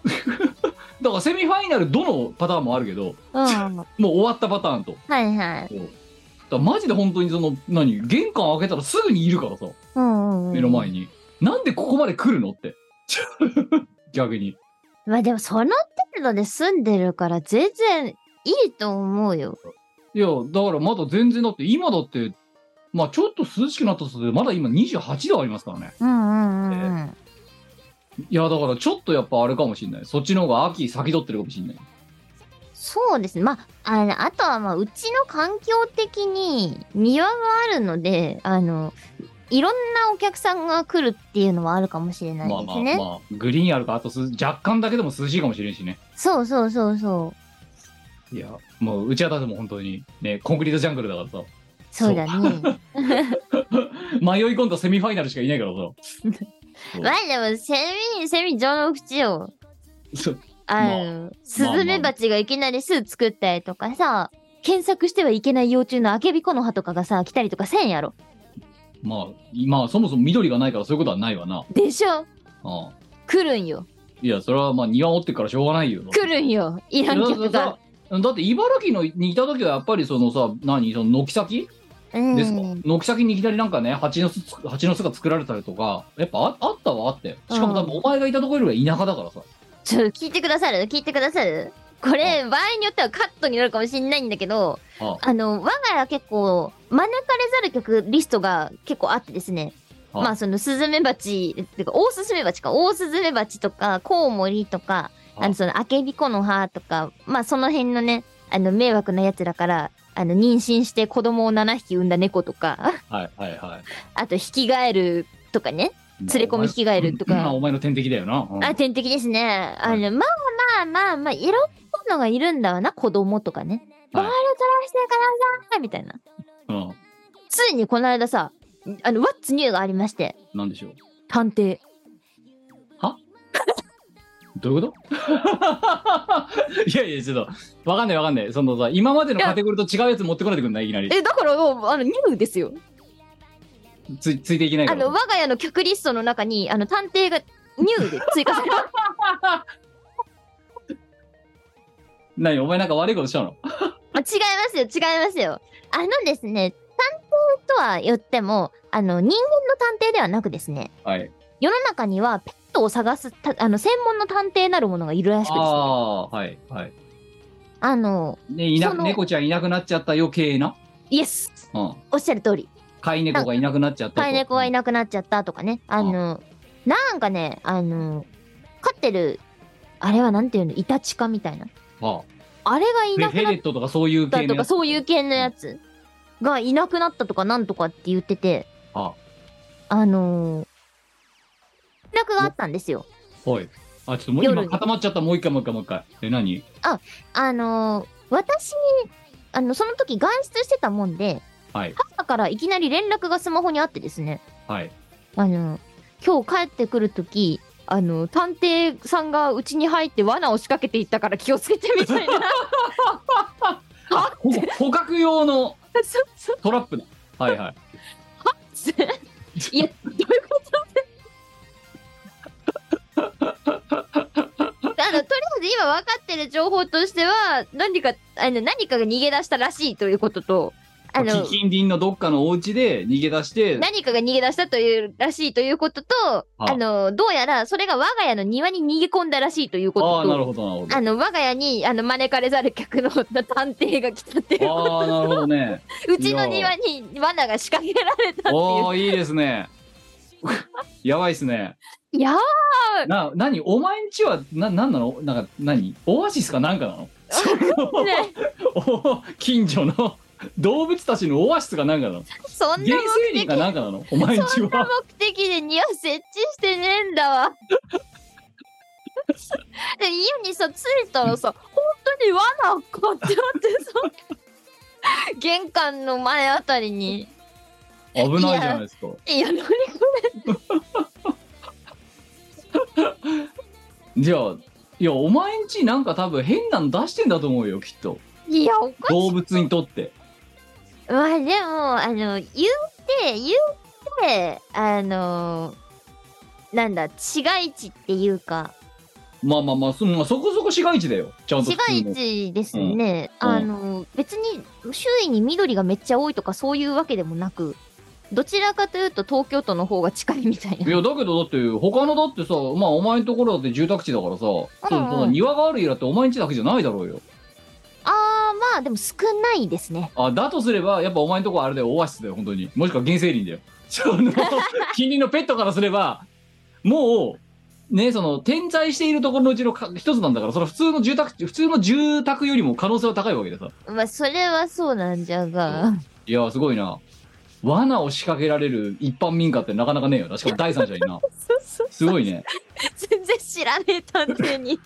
だからセミファイナルどのパターンもあるけど、 うん。はもう終わったパターンと。 いはい。 そうだからマジで本当にその何玄関開けたらすぐにいるからさ、 うんうんうん。 目の前に。なんでここまで来るのって。逆に。 まあでもその程度で住んでるから全然いいと思うよ。 いや、だからまだ全然だって、今だって、まあちょっと涼しくなったとすると、まだ今にじゅうはちどありますからね。 うんうんうんうん。 いや、だからちょっとやっぱあれかもしんない。そっちの方が秋先取ってるかもしんない。 そうですね。まあ、あの、あとはまあ、うちの環境的に庭があるので、あの、いろんなお客さんが来るっていうのはあるかもしれないまあまあですね。 まあ、グリーンあるからあとす若干だけでも涼しいかもしれんしね。 そうそうそうそう。 いや、もううちはだってもう本当にね、コンクリートジャングルだからさ。 そうだね。 迷い込んだセミファイナルしかいないからさ。 まあでも、セミ、セミ上の口よ。 そうあの、スズメバチがいきなり巣作ったりとかさ、検索してはいけない幼虫のアケビコノハとかがさ、来たりとかせんやろ。 まあ、まあそもそも緑がないからそういうことはないわな。 でしょ。 ああ、 来るんよ。 いや、それはまあ庭持ってっからしょうがないよ。 来るんよ。いらん客が。 だだって茨城のにいた時はやっぱりそのさ、何その軒先うん。 ですか、軒先にいきなりなんかね、蜂の巣つ蜂の巣が作られたりとかやっぱ あ, あったはあってしかも多分お前がいたところよりは田舎だからさ、 ちょ、聞いてくださる聞いてくださるこれ、場合によってはカットになるかもしれないんだけど、 ああの、我が家は結構、招かれざる曲リストが結構あってですね。 あまあ、そのスズメバチ、っていうか、オオスズメバチか、オオスズメバチとか、コウモリとか、 ああの、その、アケビコノハとか、まあ、その辺のね、あの、迷惑なやつらから、あの、妊娠して子供をななひき産んだ猫とか、 はいはいはい。 あと、ヒキガエルとかね、連れ込みヒキガエルとかまあお前の天敵だよな。うんあ、天敵ですね。あの、まあまあまあまあ、いろんなのがいるんだわな、子供とかね。ボール取らせてくださいみたいな。 うん。 ついにこの間さ、あの、ワッツニューがありまして、 なんでしょう。 探偵。 どういうこといやいや、ちょっと、わかんないわかんない。そのさ、今までのカテゴリーと違うやつ持ってこないでくんないいきなり。 え、だからもう、あの、ニューですよ。 つついていけないから。 あの、我が家の曲リストの中に、あの、探偵がニューで追加された。 何お前なんか悪いことしたのあ違いますよ、違いますよ。あのですね、探偵とは言っても、あの、人間の探偵ではなくですね、 はい。 世の中にはペットを探すた、あの、専門の探偵なるものがいるらしくですね。 ああ、はいはい。 あの、 ね、いなその猫ちゃんいなくなっちゃった余計な。 イエスうん。 おっしゃる通り。 飼い猫がいなくなっちゃったと。 飼い猫がいなくなっちゃったとかね。あの、なんかね、あの、飼ってる、あれはなんていうの、イタチカみたいな。 ああれがいフェフェなくなっレットとかそういうたとか、 系のやつ。 そういう系のやつがいなくなったとかなんとかって言ってて、 ああのー、連絡があったんですよ。 はい。あ、ちょっともう夜に今固まっちゃった。もう一回もう一回もう一回。え、何あのー、私、あの、その時外出してたもんで、 はい。 母からいきなり連絡がスマホにあってですね、 はい。 あの、今日帰ってくるとき、あの、探偵さんがうちに入って罠を仕掛けていったから気をつけてみたいな。 あ、ほ捕獲用のそうそう。 トラップだ。はいはい。 いや、どういうことあの、とりあえず今分かってる情報としては、何か、あの、何かが逃げ出したらしいということと、あの、 近隣のどっかのお家で逃げ出して、 何かが逃げ出したというらしいということと、あの、どうやらそれが我が家の庭に逃げ込んだらしいということと、 ああ、なるほどなるほど。 あの、我が家に、あの、招かれざる客の探偵が来たっていう。 ああ、なるほどね。 うちの庭に罠が仕掛けられたっていう。 おお、いいですね。やばいっすね。 いやな、なに、お前んちは、な、なんなのなんか、何オアシスかなんかなのそのねお近所の動物たちのオアシスかなんかなのそんな原目的生林かなんかなのお前んちそんなは。 目的で庭設置してねえんだわ。で家にさ着いたらさ本当に罠買ってあってさ玄関の前あたりに危ないじゃないですか。 いや何こじゃあ、いや、お前んちなんか多分変なの出してんだと思うよ、きっと。 れいやおかしい。 動物にとって。 まあでもあの言うて言うてあのなんだ市街地っていうかまあまあまあ そ,、まあ、そこそこ市街地だよちゃんと市普通の街地ですね、 うんあの別に周囲に緑がめっちゃ多いとかそういうわけでもなく、どちらかというと東京都の方が近いみたいな。 いやだけどだって他のだってさ、まあお前んところだって住宅地だからさ、そその庭がある家だってお前ん家だけじゃないだろうよ。 あーまあでも少ないですね。 あだとすればやっぱお前んとこあれだよ、オアシスだよ本当に、もしくは原生林だよ。その近隣のペットからすればもうね、その点在しているところのうちのか一つなんだから、それは普通の住宅普通の住宅よりも可能性は高いわけでさ。 まあそれはそうなんじゃが、 いやすごいな、罠を仕掛けられる一般民家ってなかなかねえよな、しかも第三者にな。 そうそうすごいね。 全然知らねえ探偵に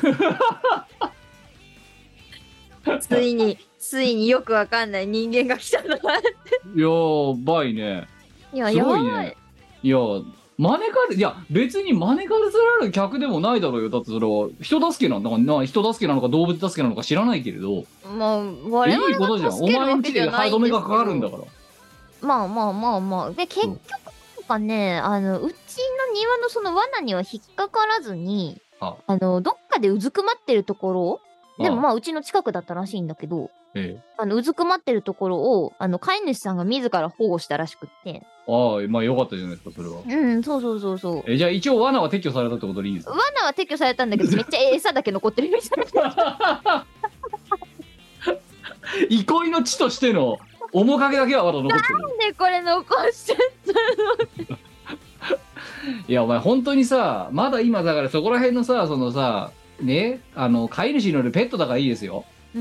ついについによくわかんない人間が来たな。 やばいね。 いやすごいやばいね。いや招かれいや別に招かれられる客でもないだろうよ。だってそれは人助けなんだからな、人助けなのか動物助けなのか知らないけれど、 まあ我々 いいことじゃん。お前んちで歯止めがかかるんだから。 まあまあまあまあ。で、結局なんかね、あの、うちの庭のその罠には引っかからずに、 ああの、どっかでうずくまってるところ、でもあまあ、うちの近くだったらしいんだけど、 ええ、 あの、うずくまってるところを、あの、飼い主さんが自ら保護したらしくって。 ああまあよかったじゃないですかそれは。 うん、そうそうそうそう。 えじゃあ一応罠は撤去されたってことでいいですか。 罠は撤去されたんだけど、めっちゃ餌だけ残ってるみたいな。 憩いの地としての面影だけはまだ残ってる。 なんでこれ残しちゃったの。 いやお前本当にさ、まだ今だからそこら辺のさ、そのさね、あの飼い主によるペットだからいいですよ。 うん。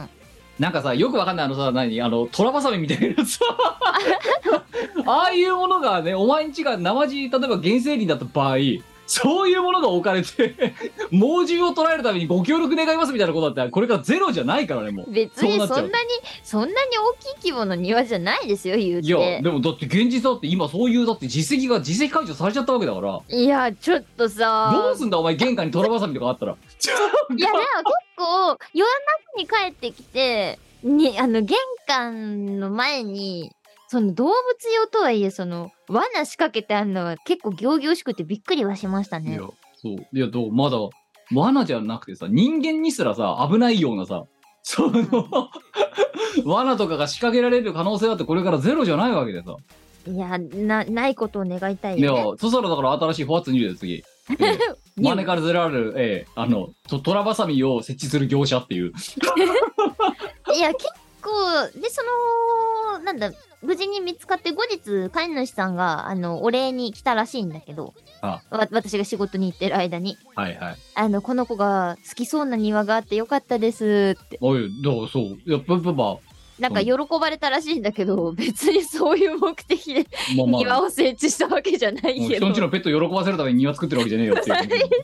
なんかさよくわかんないあのさ、何あのトラバサミみたいなやつさああいうものがね、お前んちが生地例えば原生林だった場合、そういうものが置かれて猛獣を捕らえるためにご協力願いますみたいなことだってこれからゼロじゃないからね。もう別にそんなにそうなっちゃうそんなに大きい規模の庭じゃないですよ、言うて。 いやでもだって現実だって今そういうだって実績が実績解除されちゃったわけだから、 いやちょっとさ、 どうすんだお前玄関にトラバサミとかあったら。 いやでも結構夜中に帰ってきてに、あの玄関の前にその動物用とはいえその罠仕掛けてあるのは結構仰々しくてびっくりはしましたね。 いやそういやどうまだ罠じゃなくてさ、人間にすらさ危ないようなさ、その罠とかが仕掛けられる可能性だってこれからゼロじゃないわけでさ。 いやなないことを願いたいいやよね。 そしたらだから新しいフォアツニューで次、ええ招かれられる、ええ、あのトトラバサミを設置する業者っていういや結構でそのなんだ無事に見つかって後日飼い主さんがあのお礼に来たらしいんだけど、 あわ私が仕事に行ってる間にはいはい。 あのこの子が好きそうな庭があってよかったですっておいだからそうやっぱぱぱなんか喜ばれたらしいんだけど、別にそういう目的でまあま庭あを設置したわけじゃないけど。 もう人んちのペットを喜ばせるために庭作ってるわけじゃねえよっていうそれい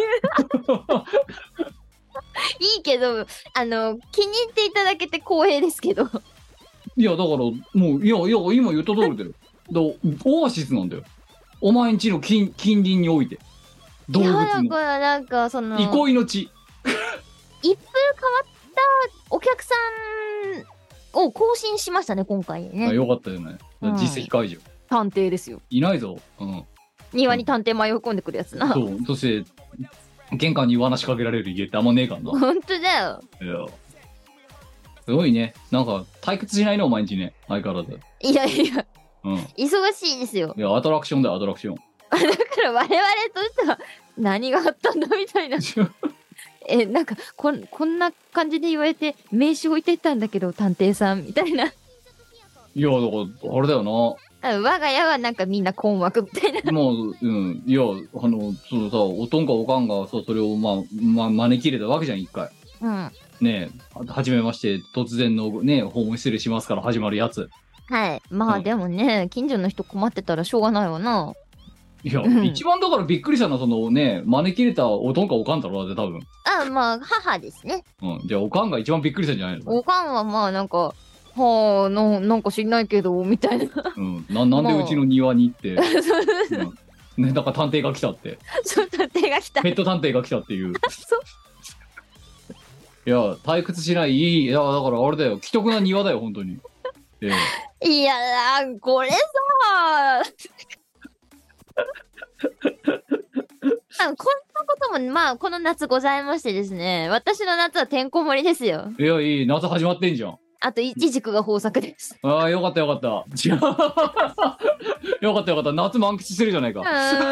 いけど、あの気に入っていただけて光栄ですけど。 いやだからもういやいや今言った通りだよ。だオアシスなんだよお前んちの近近隣において動物いやだのからなんかその憩いの地。 一風変わったお客さんを更新しましたね今回ね。 あよかったじゃない、 うん実績解除探偵ですよ。 いないぞ。うん庭に探偵迷い込んでくるやつな。 そうそして玄関に罠仕掛けられる家ってあんまねえからな。 本当だよ。 いやすごいね。なんか退屈しないねお前んちね相変わらず。 いやいやうん忙しいですよ。 いやアトラクションだよアトラクション。 だから我々としては何があったんだみたいな。えなんかこんこんな感じで言われて名刺置いてったんだけど探偵さんみたいな。 いやだからあれだよな。 あ我が家はなんかみんな困惑みたいな。 まあうんいやあのそのさおとんかおかんがさそれをまあ、まあ、招き入れたわけじゃん一回。 うんねえはじめまして突然のね訪問失礼しますから始まるやつ。 はいまあ、 うんでもね近所の人困ってたらしょうがないわな。 いや、 うん一番だからびっくりしたのはそのね招き入れたおとんかおかんだろうなって多分。 あまあ母ですね。 うんじゃあおかんが一番びっくりしたんじゃないの。 おかんはまあなんかはあななんか知んないけどみたいな。 うんななんでうちの庭に行って、うんねだから探偵が来たってそう探偵が来た。 ペット探偵が来たっていう。 そういや退屈しないいいいやだからあれだよ奇特な庭だよ本当に。ええいやこれさあこんなこともまあこの夏ございましてですね、私の夏はてんこ盛りですよ。 いや、いい、夏始まってんじゃん。 あといちじくが豊作です。 ああ、よかったよかった。違う。よかったよかった。夏満喫してるじゃないか。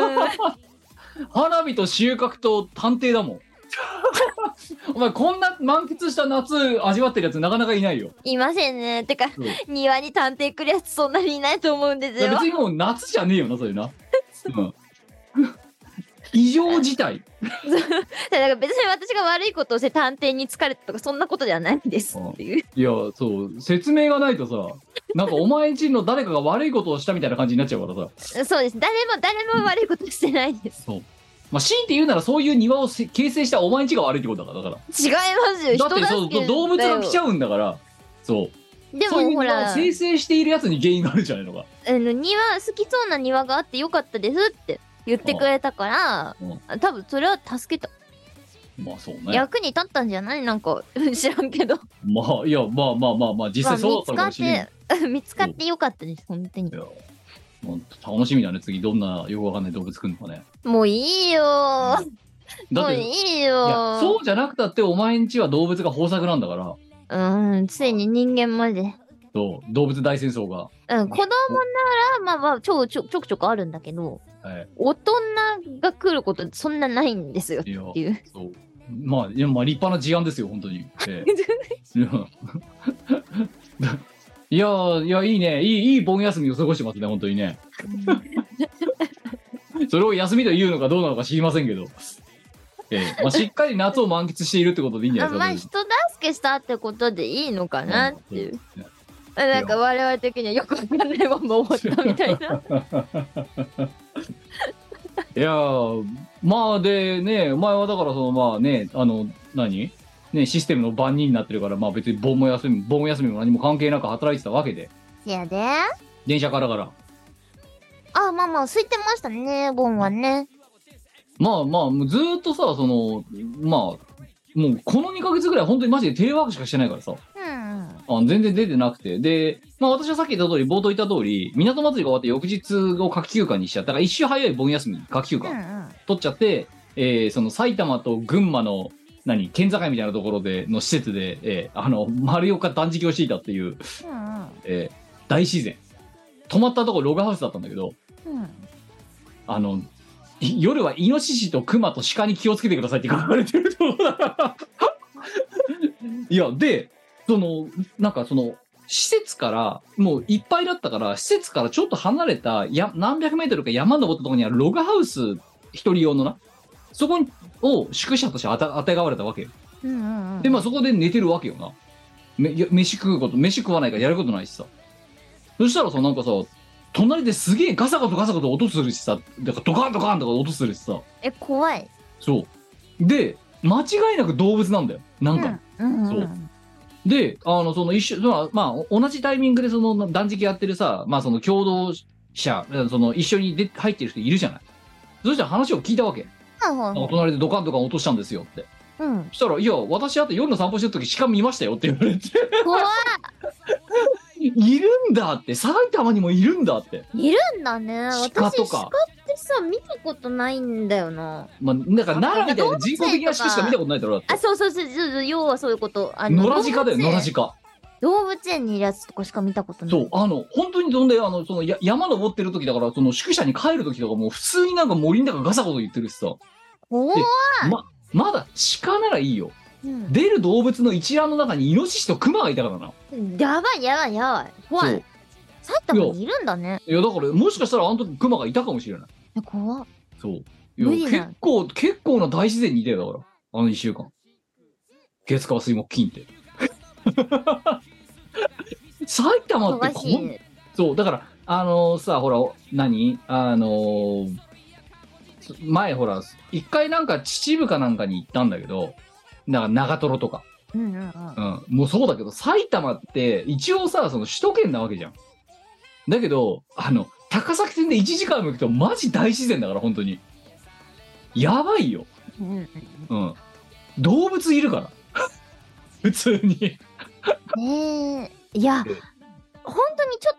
花火と収穫と探偵だもん。お前こんな満喫した夏味わってるやつなかなかいないよ。 いませんね。てか、 うん、 庭に探偵来るやつそんなにいないと思うんですよ。 別にもう夏じゃねえよな、それな。うん、異常事態。 だから別に私が悪いことをして探偵に疲れたとかそんなことではないんですっていう。 いや、そう説明がないとさ、なんかお前んちの誰かが悪いことをしたみたいな感じになっちゃうからさ。 そうです。誰も誰も悪いことしてないです。 そう。まあ、強いて言うならそういう庭を形成したお前んちが悪いってことだから。だから違いますよ。 だってそう人動物が来ちゃうんだから。そう。 でもそういうほら、 生成しているやつに原因があるじゃないのか。 あの庭好きそうな庭があってよかったですって言ってくれたから、うん、多分それは助けた。 まあそうね。 役に立ったんじゃない？なんか知らんけど。 まあいやまあまあまあまあ実際そうだったかもしれない。 見つかってよかったです本当に。いやもう楽しみだね。次どんなよくわかんない動物来るのかね。 もういいよー。 うん、だってもういいよー。 いやそうじゃなくたってお前んちは動物が豊作なんだから。 うん、ついに人間まで。 そう動物大戦争が。 うん、子供ならまあまあちょちょちょくちょくあるんだけど、はい、大人が来ることそんなないんですよっていう。 そうまあいやまあ立派な事案ですよ本当に。ええ、いやいやいいねいいいい盆休みを過ごしてますね本当にね。それを休みというのかどうなのか知りませんけど。ええまあ、しっかり夏を満喫しているってことでいいんじゃないですか。 まあ人助けしたってことでいいのかなっていう。なんか我々的にはよくわかんないまま終わったみたいな。 いやーまあでねお前はだからそのまあねあの何ねシステムの番人になってるからまあ別に盆も休み盆休みも何も関係なく働いてたわけで。 やで電車からから。 あまあまあ空いてましたね盆はね。 まあまあもうずーっとさそのまあもうこのにかげつぐらい本当にマジでテレワークしかしてないからさ。あ全然出てなくてで、まあ、私はさっき言った通り冒頭言った通り港祭りが終わって翌日を夏季休暇にしちゃったから一週早い盆休み夏季休暇、うんうん、取っちゃって、えー、その埼玉と群馬の何県境みたいなところでの施設で、えー、あの丸よっか断食をしていたっていう、うんうんえー、大自然泊まったところログハウスだったんだけど、うん、あの夜はイノシシとクマとシカに気をつけてくださいって書かれてるといやでそのなんかその施設からもういっぱいだったから施設からちょっと離れたや何百メートルか山登ったところにあるログハウス一人用のなそこを宿舎としてあたあてがわれたわけよ、うんうんうん、でまあそこで寝てるわけよなめ飯食うこと飯食わないからやることないしさそしたらさなんかさ隣ですげえガサガサガサガサ音するしさだからドカンドカンとか音するしさえ怖いそうで間違いなく動物なんだよなんか、うんうんうん、そうで、あの、その一緒、まあ、まあ、同じタイミングでその断食やってるさ、まあその共同者、その一緒にで入ってる人いるじゃない。そしたら話を聞いたわけ。うんうんうん、隣でドカンドカン落としたんですよって。うん。そしたら、いや、私あと夜の散歩してる時鹿見ましたよって言われて。 怖いいるんだって、埼玉にもいるんだって。 いるんだね。 鹿とか。 私鹿ってさ、見たことないんだよな。 まあ、だから奈良みたいな人工的な鹿しか見たことないだろうって。 あ、そうそうそうそう、要はそういうこと。 あの野良鹿だよ、野良鹿。 動物園にいるやつとかしか見たことない。 そう、あの、本当にどんで、あの、そのや山登ってる時だから、その宿舎に帰る時とかもう普通になんか森の中ガサゴソ言ってるしさ。 怖い。 ま、まだ鹿ならいいよ。うん、出る動物の一覧の中にイノシシとクマがいたからな。 やばいやばいやばい。怖い。埼玉にいるんだね。 いやだからもしかしたらあの時クマがいたかもしれない。 い怖っ。 そう。いや結構結構な大自然にいたよだからあのいっしゅうかん。月火水木金って。埼玉ってこんそうだからあのー、さほら何あのー、前ほら一回なんか秩父かなんかに行ったんだけど。だから長瀞とか、うんうんうんうん、もうそうだけど埼玉って一応さその首都圏なわけじゃん。だけどあの高崎線でいちじかんも行くとマジ大自然だから本当にやばいよ、うんうん、動物いるから普通にねえいや本当にちょっ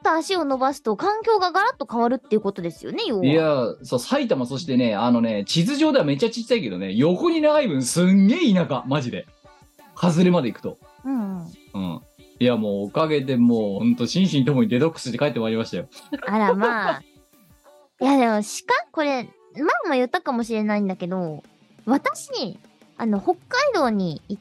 と足を伸ばすと環境がガラッと変わるっていうことですよね、要は。 いや、そう、埼玉、そしてね、あのね、地図上ではめっちゃちっちゃいけどね、横に長い分すんげえ田舎、マジで。外れまで行くと。 うんうん。 うん。いや、もうおかげでもう、ほんと心身ともにデトックスして帰ってまいりましたよ。 あら、まあ。いや、でも、鹿これ、前も言ったかもしれないんだけど、私、あの、北海道に行って、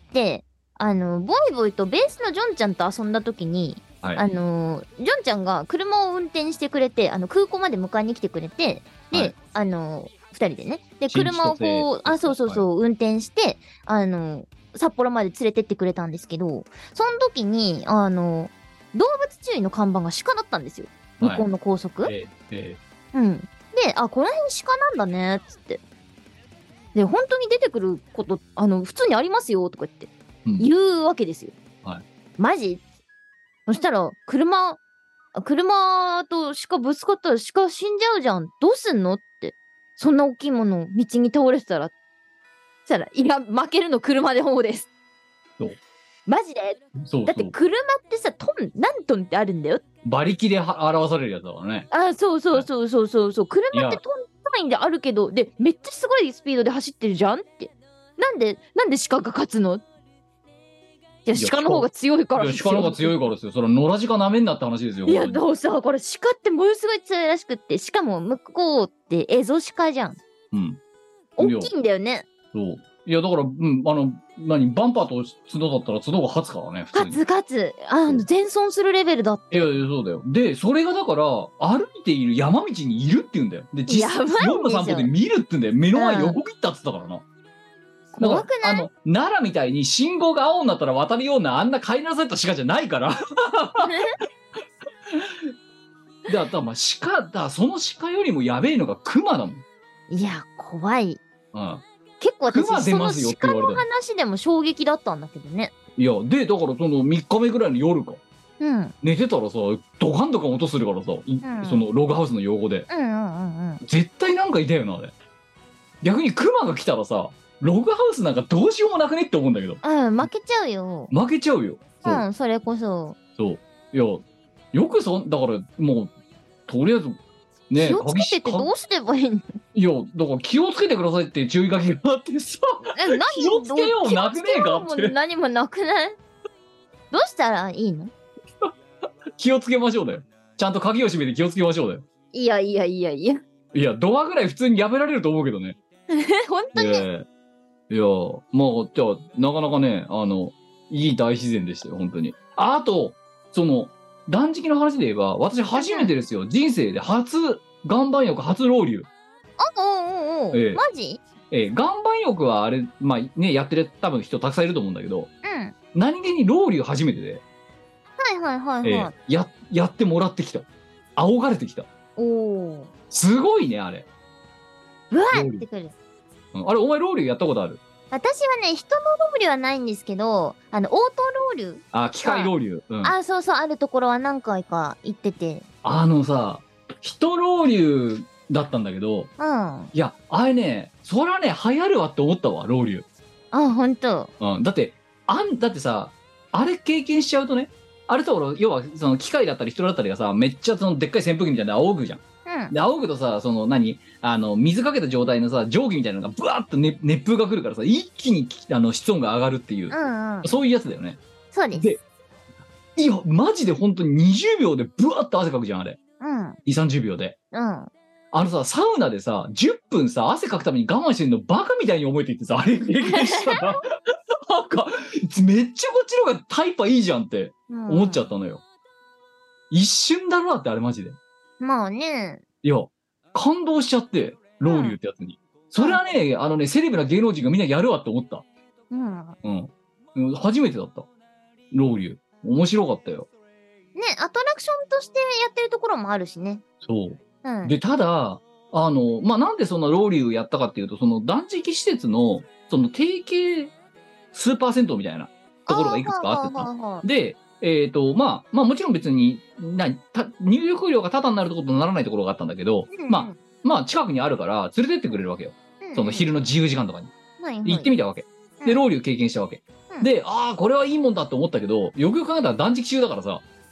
あの、ボイボイとベースのジョンちゃんと遊んだ時に、 はい。 あの、ジョンちゃんが車を運転してくれて、あの、空港まで迎えに来てくれて、で、 はいあの、二人でね。で、 新千車をこう、 歳あ、そうそうそう、運転して、あの、札幌まで連れてってくれたんですけど、その時に、あの、動物注意の看板が鹿だったんですよ。向こうの高速。 ええうん。で、あ、この辺鹿なんだね、つって。で、本当に出てくること、あの、普通にありますよ、とか言って、 うん言うわけですよ。 はい。 マジそしたら、車、車と鹿ぶつかったら鹿死んじゃうじゃん。どうすんのって。そんな大きいもの道に倒れてたら。そしたら、いや、負けるの車で方です。 そう。 マジでそうそう。 だって車ってさ、トン、何トンってあるんだよ。 馬力では表されるやつだからね。 あ、そうそうそうそうそうそう。車いやってトン単位であるけど、で、めっちゃすごいスピードで走ってるじゃんって。なんで、なんで鹿が勝つのいや、 いや鹿の方が強いからいや、 ですよ。 鹿の方が強いからですよ。それは野良鹿なめんなって話ですよ。 いや、 本当にどうさ、これ鹿ってものすごい強いらしくって、しかも向こうってエゾ鹿じゃん。 うん。 大きいんだよね。 そう。いや、だから、うん、あの、何、バンパーと角だったら角が勝つからね、普通に。 勝つ勝つ。あの、全損するレベルだって。 いやいや、そうだよ。で、それがだから、歩いている山道にいるって言うんだよ。で、実際、 やばいでしょ夜の散歩で見るって言うんだよ。目の前横切ったって言ったからな。だ怖くないからあの、奈良みたいに信号が青になったら渡るような、あんな飼いなされた鹿じゃないから。だから、まあ、鹿、だからその鹿よりもやべえのが熊だもん。 いや、怖い。 うん。 結構私、 熊出そのますよって鹿の言われたの話でも衝撃だったんだけどね。 いや、で、だからそのみっかめぐらいの夜か。 うん。うん寝てたらさ、ドカンドカン音するからさ、いんそのログハウスの用語で。 うんうんうん。 絶対なんかいたよな、あれ。逆にクマが来たらさ、ログハウスなんかどうしようもなくねって思うんだけど。 うん、負けちゃうよ。 負けちゃうよ。そう。 うん、それこそ。 そう。いや、よくそん、だからもう、とりあえず、ね、 気をつけてって鍵しどうすればいいのいや、だから気をつけてくださいって注意書きがあってさ、 え、何気をつけようなくねえかって気をつけようも何もなくないどうしたらいいの気をつけましょうだよ。ちゃんと鍵を閉めて気をつけましょうだよ。 いやいやいやいや。 いや、ドアぐらい普通に破られると思うけどね。 本当に、 ええいや、まあ、じゃあ、なかなかね、あの、いい大自然でしたよ、本当に。ああと、その、断食の話で言えば、私初めてですよ、人生で初、岩盤浴、初ロウリュ。 あ、おうおうおう、 ええマジええ岩盤浴はあれ、まあね、やってる多分人たくさんいると思うんだけど、 うん。はい何気にロウリュ初めてで、 はいはいえはい。 えや、やってもらってきた。仰がれてきた。 おお。 すごいね、あれ。 うわロウリューってくる。 うんあれ、お前ロウリュやったことある？ 私はね、人のロウリュはないんですけど、あの、オートロウリュ、 あ、機械ロウリュ。うん。ああ、そうそう、あるところは何回か行ってて。 のさ、人ロウリュだったんだけど、 うん。あ、 いや、あれね、そりゃね、流行るわって思ったわ、ロウリュ。 ほんと。 うん。だって、あん、だってさ、あれ経験しちゃうとね、あれと俺、要は、その機械だったり人だったりがさ、めっちゃそのでっかい扇風機みたいなの仰ぐじゃん。 うん。 で、仰ぐとさ、その何、あの、水かけた状態のさ、蒸気みたいなのがブワーッと、ね、熱風が来るからさ、一気にあの室温が上がるっていう、 うんうん。 そういうやつだよね。 そうです。 で、いや、マジで本当ににじゅうびょうでブワーッと汗かくじゃん、あれ。 うん。 に、さんじゅうびょうで。 うん。 あのさ、サウナでさ、じゅっぷんさ、汗かくために我慢してるのバカみたいに思えていってさ、あれ経験したら、なんか、めっちゃこっちの方がタイパいいじゃんって思っちゃったのよ。一瞬だろなって、あれマジで。 まあね。 いや、感動しちゃって、ロウリュってやつに。それはね、あのね、セレブな芸能人がみんなやるわって思った。 うん。 うん。うん初めてだった。ロウリュ。面白かったよ。 ね、アトラクションとしてやってるところもあるしね。 そう。 うん。 で、ただ、あの、まあ、なんでそんなロウリュやったかっていうと、その断食施設の、その提携スーパー銭湯みたいなところがいくつかあってあーはた。 あはあはあで、えっ、と、まあ、まあもちろん別に、なた入浴料がタダになるところとならないところがあったんだけど、 うんうんまあ、まあ近くにあるから連れてってくれるわけよ。 うんその昼の自由時間とかに。 はいはいで行ってみたわけ。で、 うんロウリュ経験したわけ。 うんで、ああ、これはいいもんだって思ったけど、よくよく考えたら断食中だからさ、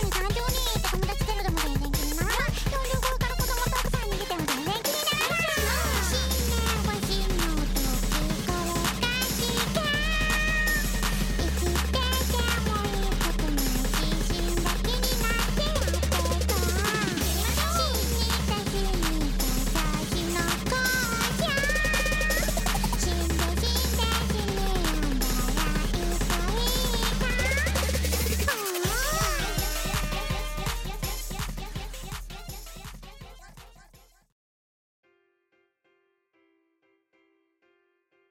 に誕生日って友達ゼロでも全然気にならない。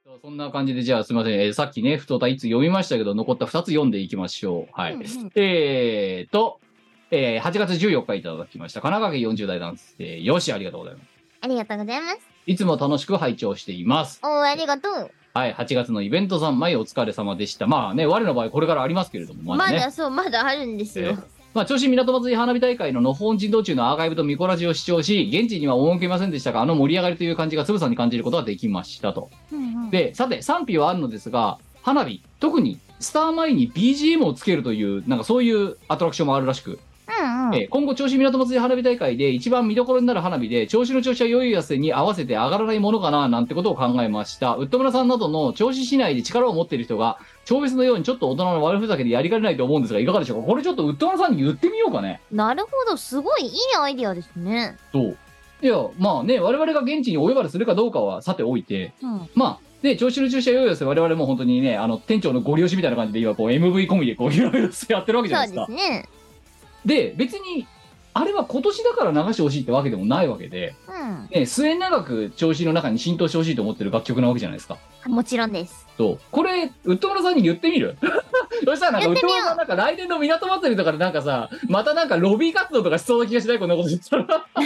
そんな感じで、じゃあすみません、えーさっきね、ふとたいつ読みましたけど、残ったふたつ読んでいきましょう。はい。 うんうんえーと、えー、はちがつじゅうよっかいただきました。神奈川県よんじゅう代男性、よし、ありがとうございます。 ありがとうございます。 いつも楽しく拝聴しています。 おー、ありがとう。 はい、はちがつのイベント三昧お疲れ様でした。まあね、我の場合これからありますけれども、 まだね。 だそう、まだあるんですよ。 まあ、銚子港祭り花火大会ののほほん珍道中のアーカイブとミコラジを視聴し、現地には赴けませんでしたが、あの盛り上がりという感じがつぶさに感じることができましたと。 うんうん、 で、さて、賛否はあるのですが、花火、特にスター前に ビージーエム をつけるという、なんかそういうアトラクションもあるらしく、 うんうん、 え今後、銚子港祭り花火大会で一番見どころになる花火で、銚子の調子は良いやつに合わせて上がらないものかな、なんてことを考えました。ウッド村さんなどの銚子市内で力を持っている人が、超別のようにちょっと大人の悪ふざけでやりかねないと思うんですが、いかがでしょうか。これちょっとウッド村さんに言ってみようかね。 なるほど、すごいいいアイディアですね。 そう。いや、まあね、我々が現地にお呼ばれするかどうかはさておいて、 うん、 まあ、で、銚子の駐車用寄せ、我々も本当にね、あの、店長のご利用しみたいな感じで今、こう、エムブイ 込みでこう、いろいろやってるわけじゃないですか。 そうですね。 で、別に、あれは今年だから流してほしいってわけでもないわけで、 うん、 ね、末永く銚子の中に浸透してほしいと思ってる楽曲なわけじゃないですか。 もちろんです。 そう。これ、ウッド村さんに言ってみるそしたらなんか、ウッド村さんなんか来年の港祭りとかでなんかさ、またなんかロビー活動とかしそうな気がしないこんなこと言ったら。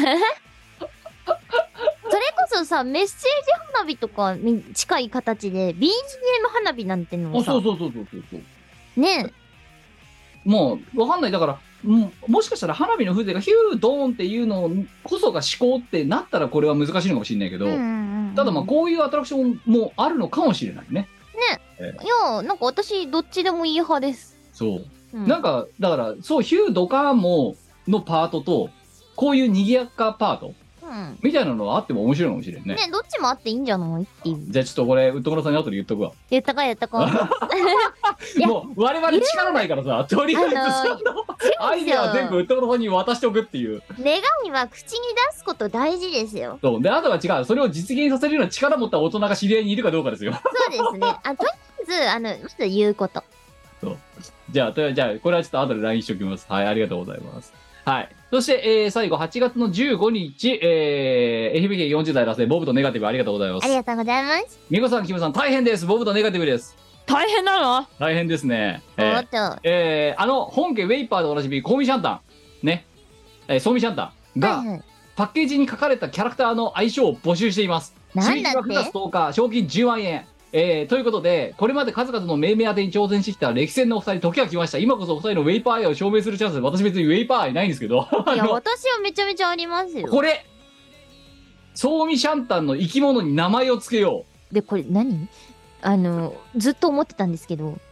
それこそさ、メッセージ花火とかに近い形で ビージーエム 花火なんてのもさ、 そうそうそうそうそうそうねえ、もうわかんない。だからももしかしたら花火の風情がヒュードーンっていうのこそが思考ってなったらこれは難しいのかもしれないけど、 うんうんうんうん、 ただまあこういうアトラクションもあるのかもしれないね。 ね、 ええ、 いやなんか私どっちでもいい派です。 そう、 うん、 なんかだからそうヒュードカーンものパートとこういう賑やかパートうん、 みたいなのはあっても面白いかもしれんね。 ね、どっちもあっていいんじゃないっていう。 じゃあちょっとこれウッド村さんに後で言っとくわ。 言ったか言ったか。いやもう我々力ないからさ、とりあえず、 あのーそのアイデアは全部ウッド村さんに渡しておくっていう。 願いは口に出すこと大事ですよ。 そうで、あとは違う、それを実現させるような力を持った大人が知り合いにいるかどうかですよ。 そうですね。あ、とりあえずあのまず言うこと。 そうじゃあとりあえずじゃあこれはちょっと後で ライン しておきます。はい、ありがとうございます。はい。そして、えー、最後はちがつのじゅうごにち、えー、愛媛県よんじゅう代男性ボブとネガティブありがとうございます。 ありがとうございます。 みこさん、キムさん大変です。ボブとネガティブです。 大変なの？ 大変ですね。 おえーっと、 えー、あの本家ウェイパーでおなじみコウミシャンタンね、えー、ソウミシャンタンが、 はいはい、 パッケージに書かれたキャラクターの相性を募集しています。 なんだって？ 締め切りはくがつとおか、賞金じゅうまんえん。えー、ということで、これまで数々の命名当てに挑戦してきた歴戦のお二人、時が来ました。今こそお二人のウェイパー愛を証明するチャンスで、私別にウェイパー愛ないんですけど。 いや、私はめちゃめちゃありますよ。 これ、ソウミシャンタンの生き物に名前をつけよう。で、これ何？あの、ずっと思ってたんですけど。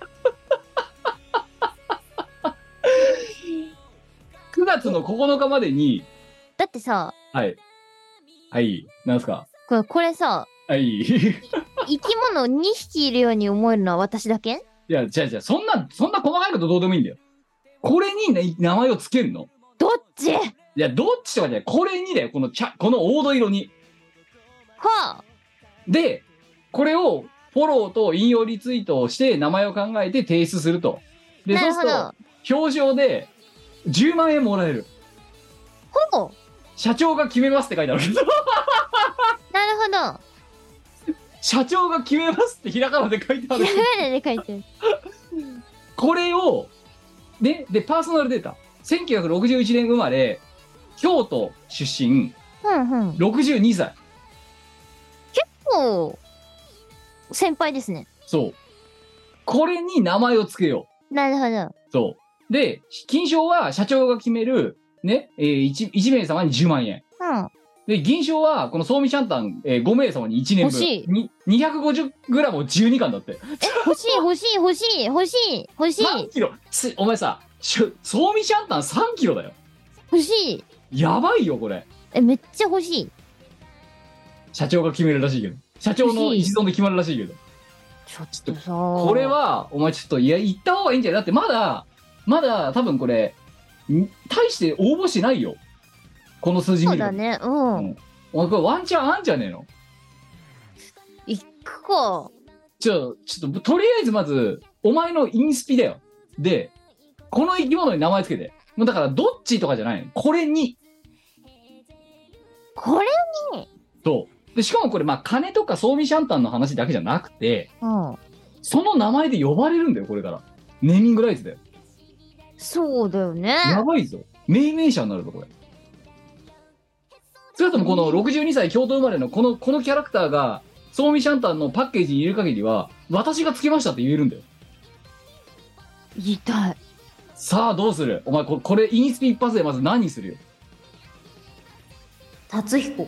くがつのここのかまでに、 だってさ、 はい。はい、なんすか？ これ、これさ、 はい。 生き物にひきいるように思えるのは私だけ？ いや、違う違う、そんな、そんな細かいことどうでもいいんだよ。これに、ね、名前をつけるの？ どっち？ いや、どっちとかじゃない、これにだよ、この茶、この黄土色に。 はあ。 で、これをフォローと引用リツイートをして名前を考えて提出すると。で、そうすると、表彰でじゅうまんえんもらえる。 ほう。 社長が決めますって書いてあるけど。 なるほど。 社長が決めますってひらがなで書いてある。 ひらがなで書いてある。 これを、ね、で、パーソナルデータ。せんきゅうひゃくろくじゅういちねん生まれ、京都出身、 うんうん。 ろくじゅうにさい。 結構、先輩ですね。 そう。これに名前をつけよう。なるほど。 そう。で、金賞は社長が決める、ね、えー、1, いち名様にじゅうまんえん。 うん。 で、銀賞は、このソウミシャンタン、えー、ご名様にいちねんぶん。 欲しい。 に にひゃくごじゅうグラム をじゅうにかんだって。 え、欲しい欲しい欲しい欲しい欲しい。 さんキロ。つお前さ、ソウミシャンタンさんキロだよ。 欲しい。 やばいよ、これ。 え、めっちゃ欲しい。 社長が決めるらしいけど。社長の一存で決まるらしいけど。 ちょっとさ、 これは、お前ちょっと、いや、言った方がいいんじゃない？だってまだ、まだ多分これ、大して応募してないよ。この数字見ると。 そうだね、うん。 うんお前これワンチャンあんじゃねえの？ 行くか。 ちょ、ちょっと、とりあえずまず、お前のインスピだよ。で、この生き物に名前つけて。もうだから、どっちとかじゃないの。これに。 これにそう。 で、しかもこれ、まあ、金とかソーミシャンタンの話だけじゃなくて、 うん。 その名前で呼ばれるんだよ、これから。ネーミングライツだよ。 そうだよね。 やばいぞ。命名者になるぞ、これ。少なくともこのろくじゅうにさい京都生まれのこの、このキャラクターが、ソーミシャンタンのパッケージに入れる限りは、私がつけましたって言えるんだよ。 言いたい。 さあ、どうするお前、これ、これインスピ一発でまず何にするよ。 達彦。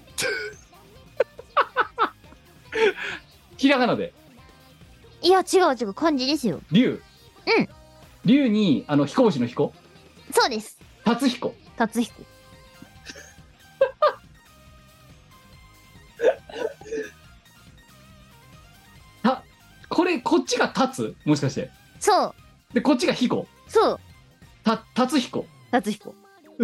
ひらがなで。 いや、違う違う、漢字ですよ。 竜。 うん。 竜に、あの、彦星の彦。 そうです。 達彦。 達彦。 た、これ、こっちが立つもしかして。 そう。 で、こっちが彦。 そう。 た、達彦。 達彦。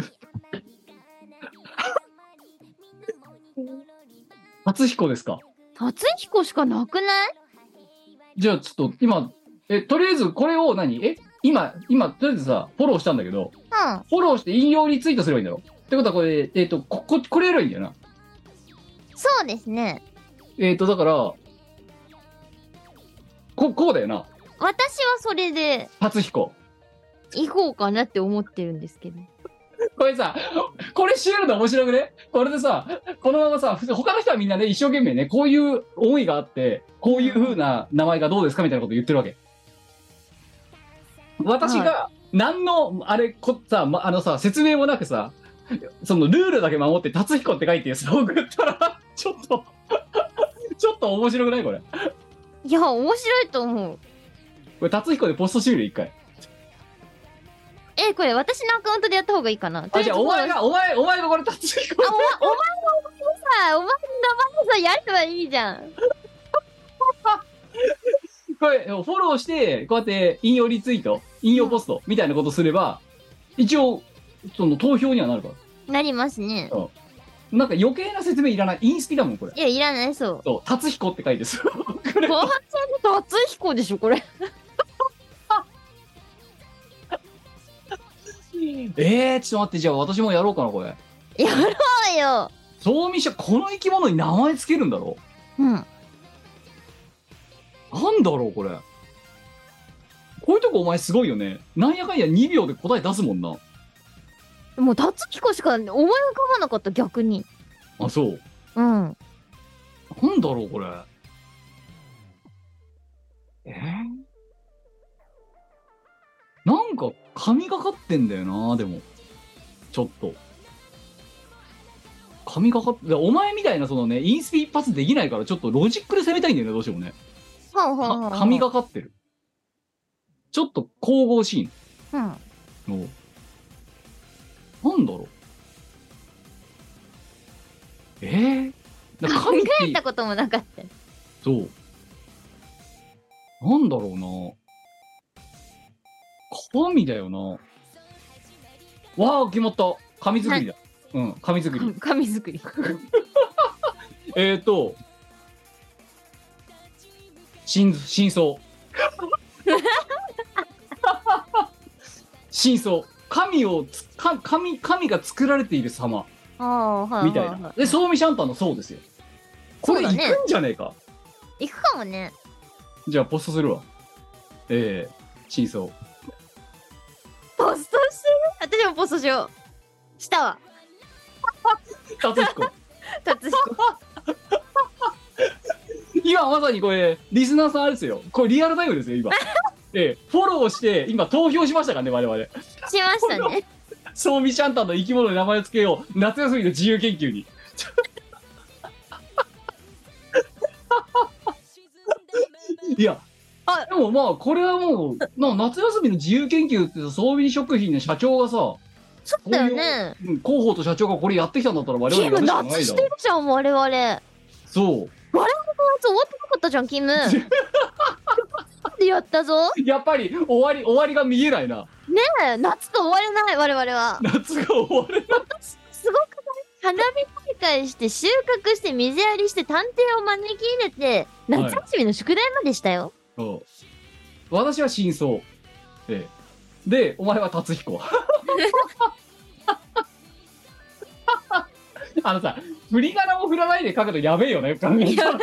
達彦ですか。 達彦しかなくない？ じゃあ、ちょっと、今、え、とりあえず、これを何え今、今、とりあえずさ、フォローしたんだけど、 うん。 フォローして引用リツイートすればいいんだろってことは、これ、えっ、と、こ、こ、これやればいいんだよな。 そうですね。 えっ、と、だから、こ、こうだよな。 私はそれで達彦。 行こうかなって思ってるんですけど。 これさ、これシュールで面白くねこれでさ、このままさ、ふ他の人はみんなね、一生懸命ね、こういう思いがあって、こういう風な名前がどうですかみたいなこと言ってるわけ。私が、何の、あれ、こ、さ、ま、あのさ、説明もなくさ、そのルールだけ守って、達彦って書いてさ、送ったら、ちょっと、ちょっと面白くないこれ。 いや、面白いと思う。 これ、達彦でポストしてみる一回。 え、これ私のアカウントでやった方がいいかな。 あ、じゃあ、お前が、お前、お前がこれ、達彦。 あ、お前、お前の名前さ、お前の名前さ、やればいいじゃん。 これ、フォローして、こうやって引用リツイート、引用ポストみたいなことすれば、一応、その投票にはなるから。 なりますね。 なんか余計な説明いらない。インスピだもん、これ。 いや、いらない、そう。 そう、達彦って書いてす。これ完全に達彦でしょ、これ。 えー、ちょっと待って、じゃあ私もやろうかな、これ。 やろうよ。 そうみしゃ、この生き物に名前つけるんだろうん。 なんだろう、これ。こういうとこお前すごいよね。なんやかんやにびょうで答え出すもんな。 もう達彦しか思い浮かばなかった、逆に。 あ、そう。 うん。 なんだろう、これ。えー、なんか、神がかってんだよな、でも。ちょっと。神がかって、お前みたいなそのね、インスピ一発できないから、ちょっとロジックで攻めたいんだよね、どうしてもね。 はあ、はあはあ、 か神がかってる。ちょっと神々しいうん。 の。なんだろう。えー、だから考神ってえたこともなかった。 そう。なんだろうな。神だよな。わあ、決まった。紙作りだ。うん、紙作り。 紙作り。 えーと、真真相。真相。神をつか神神が作られている様ああ、はい。 みたいな。で、ソーミシャンタンのそうですよ。これそうだね行くんじゃねえか。 行くかもね。 じゃあポストするわ。えー、真相。 ポストしてる？私もポストしよう。したわ。 達彦。 達彦。 今まさにこれリスナーさんあれですよ。これリアルタイムですよ今。ええ、フォローして今投票しましたからね我々。 しましたね。 ソーミシャンタンの生き物の名前を付けよう。夏休みの自由研究に。いや、あでもまあこれはもうな夏休みの自由研究ってさ、ソーミ食品の社長がさ、 そうだよね。 こういううん広報と社長がこれやってきたんだったら我々やキムるしかないだろ夏してるじゃん、我々。夏そう終わってなかったじゃん、キム。でやったぞ。 やっぱり終わり終わりが見えないな。 ねえ、夏と終われない、我々は。 夏が終われない。 すごくない？花火大会して収穫して水やりして探偵を招き入れて夏休みの宿題までしたよ。 そう私は真相、ええ、でお前は達彦。 あのさ、振り仮名も振らないで書くとやべえよね、考えたら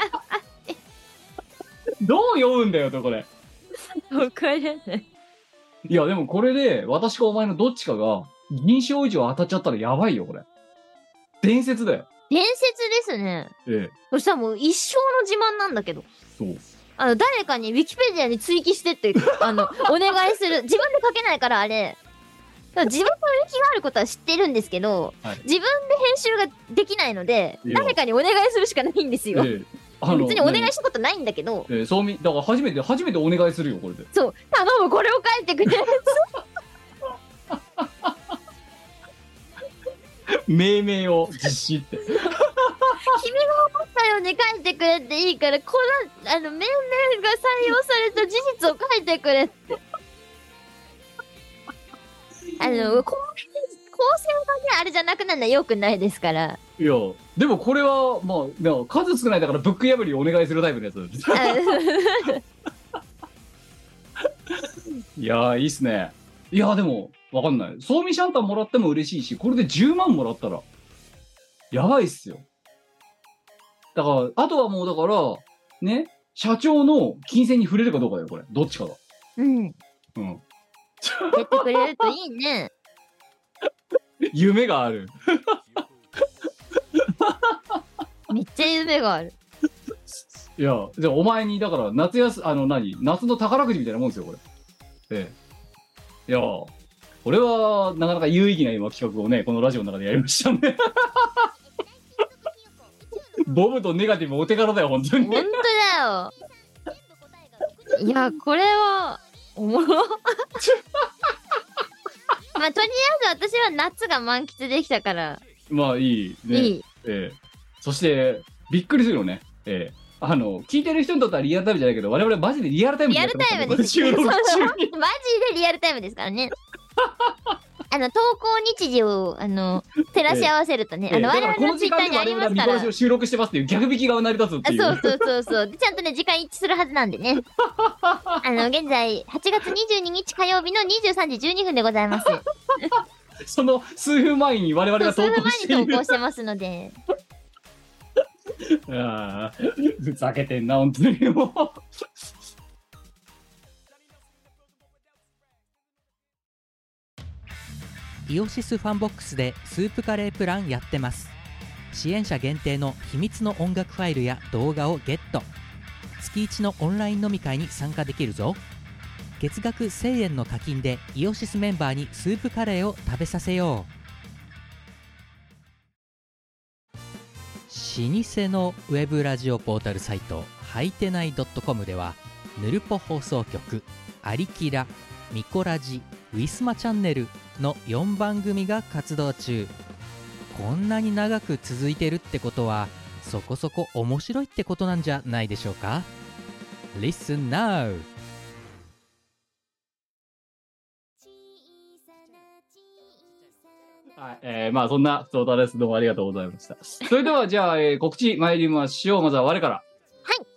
どう読むんだよと、これ。 わからない。 いや、でもこれで、私かお前のどっちかが、銀賞以上当たっちゃったらやばいよ、これ。伝説だよ。 伝説ですね。 ええ。 そしたらもう一生の自慢なんだけど。 そう。 あの、誰かにウィキペディアに追記してって、あの、お願いする。自分で書けないから、あれ。自分のウィキがあることは知ってるんですけど、はい、自分で編集ができないので、誰かにお願いするしかないんですよ。ええ、あの別にお願いしたことないんだけど。 ええ、そうみ、だから初めて、初めてお願いするよ、これで。 そう。頼む、これを書いてくれ。 命名を実施って君が思ったように書いてくれていいから、このあの命名が採用された事実を書いてくれってあの構成がねあれじゃなくなるのはよくないですから。 いやでもこれはまあでも数少ないだからブック破りをお願いするタイプのやついやーいいっすね。いやでもわかんない。ソーミシャンタンもらっても嬉しいし、これでじゅうまんもらったら、やばいっすよ。だから、あとはもうだから、ね、社長の金銭に触れるかどうかだよ、これ。どっちかが。 うん。うん。 やってくれるといいね。 夢がある。 めっちゃ夢がある。 いや、じゃあお前に、だから、夏休、あの何、夏の宝くじみたいなもんですよ、これ。ええ。いやこれはなかなか有意義な今企画をねこのラジオの中でやりましたねボブとネガティブお手柄だよ本当に。 本当だよ。いやこれはおもろまあとりあえず私は夏が満喫できたからまあいいね。いい、ええ、そしてびっくりするよね。ええあの聞いてる人にとってはリアルタイムじゃないけど我々マジでリアルタイムでやってますから、ね、 リアルタイムです収録中にマジでリアルタイムですからねあの投稿日時をあの照らし合わせるとね、ええ、あの我々のツイッターにありますから。我々は見殺しを収録してますっていう逆引きが成り立つっていう。 そうそうそうそうでちゃんとね時間一致するはずなんでねあの現在はちがつにじゅうににち火曜日のにじゅうさんじじゅうにふんでございますその数分前に我々が投稿している。 数分前に投稿してますのでああふざけてんな本当にもうイオシスファンボックスでスープカレープランやってます。支援者限定の秘密の音楽ファイルや動画をゲット。月いちのオンライン飲み会に参加できるぞ。月額せんえんの課金でイオシスメンバーにスープカレーを食べさせよう。老舗のウェブラジオポータルサイトはいてない .com ではヌルポ放送局、アリキラ、ミコラジ、ウィスマチャンネルのよんばん組が活動中。こんなに長く続いてるってことはそこそこ面白いってことなんじゃないでしょうか。 Listen now。 はい、えー、まあそんなソータです。どうもありがとうございました。それではじゃあ、えー、告知参りましょう。まずは我から。 はい、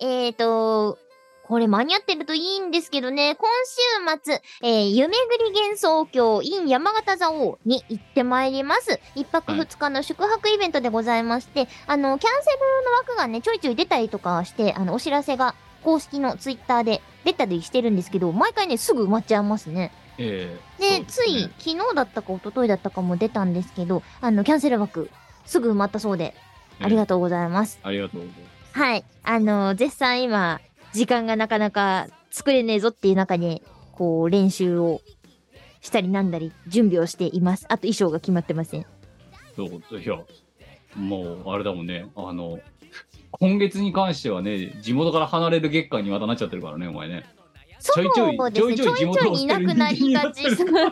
えーとこれ間に合ってるといいんですけどね、今週末、えー、夢ぐり幻想郷 in 山形座王に行ってまいります。いっぱくふつかの宿泊イベントでございまして、はい、あの、キャンセルの枠がね、ちょいちょい出たりとかして、あの、お知らせが公式のツイッターで出たりしてるんですけど、毎回ね、すぐ埋まっちゃいますね。 えー、 で、 でね、 つい、昨日だったか一昨日だったかも出たんですけど、あの、キャンセル枠、すぐ埋まったそうで、ありがとうございます。 えー、ありがとうございます。 はい。あの、絶賛今、時間がなかなか作れねえぞっていう中に、こう、練習をしたりなんだり、準備をしています。あと衣装が決まってません。 そう、いや、もう、あれだもんね。あの、今月に関してはね、地元から離れる月間にまたなっちゃってるからね、お前ね。 そうですね。 ちょいちょい、ちょいちょい地元をいなくなりがち。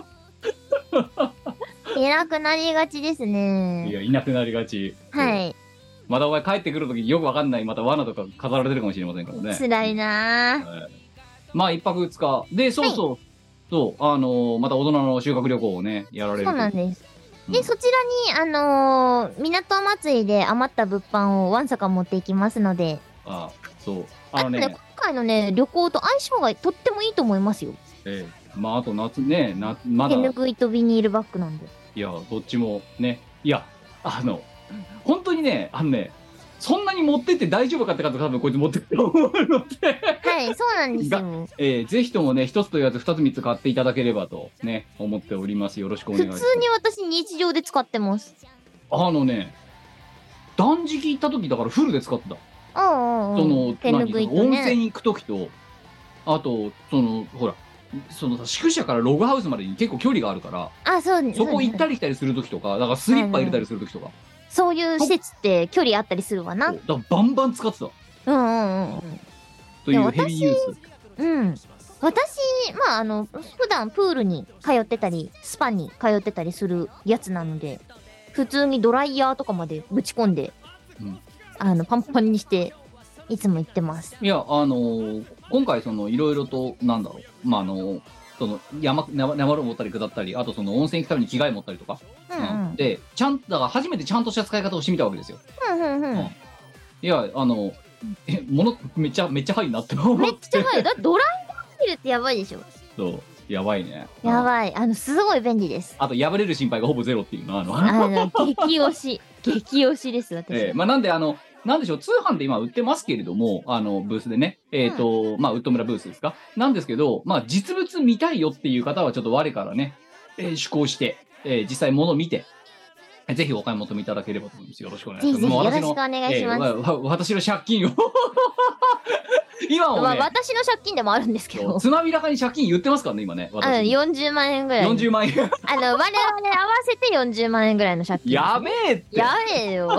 いなくなりがちですね。 いや、いなくなりがち。 はい。 またお前帰ってくるときによくわかんないまた罠とか飾られてるかもしれませんからね。 辛いなぁ、 はい、まあ一泊二日で、そうそう、はい、そうあのー、また大人の修学旅行をねやられる。 そうなんです。うん、でそちらにあのー、港祭りで余った物販をわんさか持っていきますので。 ああそうあのね、 あとね今回のね旅行と相性がとってもいいと思いますよ。 ええまああと夏ねなまだ手ぬぐいとビニールバッグなんで。 いやどっちもねいやあの本当にね、あのね、そんなに持ってって大丈夫かって方多分こいつ持ってくると思うので、 はい、そうなんですよ。 えーぜひともね、一つと言わず二つ三つ買っていただければとね、思っております。よろしくお願いします。 普通に私日常で使ってます。 あのね、断食行った時だからフルで使ってた。 うんうんうん。 その、 手ぬぐいとね何温泉行く時と、あと、その、ほら、そのさ宿舎からログハウスまでに結構距離があるから、 あ、そうです。 そこ行ったり。 り来たりする時とか、だからスリッパ入れたりする時とか、 そういう施設って距離あったりするわな。 そうだからバンバン使ってたうんうんうんうん。 というヘビーユース。 うん。私、まあ、あの、普段プールに通ってたり、スパに通ってたりするやつなので、普通にドライヤーとかまでぶち込んで、 うんあの、パンパンにして、いつも行ってます。 いや、あのー今回そのいろいろと、なんだろう、まあ、あのーその山、山山を持ったり下ったり、あとその温泉行くために着替え持ったりとか、 うんうん。 で、ちゃん、だから初めてちゃんとした使い方をしてみたわけですよ。 うんうんうん。 うんいや、あの、え、物、めっちゃ、めっちゃ入んなって思って。 めっちゃ入る。だってドライヤー入るってやばいでしょ。 そう、やばいね。い。 やばい。あの、すごい便利です。 あと、破れる心配がほぼゼロっていうの、あの、 あの、激推し。激推しです、私。 ええまあ、なんで、あの、なんでしょう、通販で今売ってますけれども、あの、ブースでね、えっ、と、まあ、ウッド村ブースですかなんですけど、まあ、実物見たいよっていう方は、ちょっと我からね、えー趣向して、えー実際物を見て、えーぜひお買い求めいただければと思います。よろしくお願いします。 ぜひぜひもう私のよろしくお願いしますえーわわ私の借金を、今もまあ、 ね、 私の借金でもあるんですけど。 つまびらかに借金言ってますからね、今ね、 あの、 私。 よんじゅうまん円ぐらい。 よんじゅうまん円。 あの、我々合わせてよんじゅうまん円ぐらいの借金ですね、 やべえって。 やべえよ。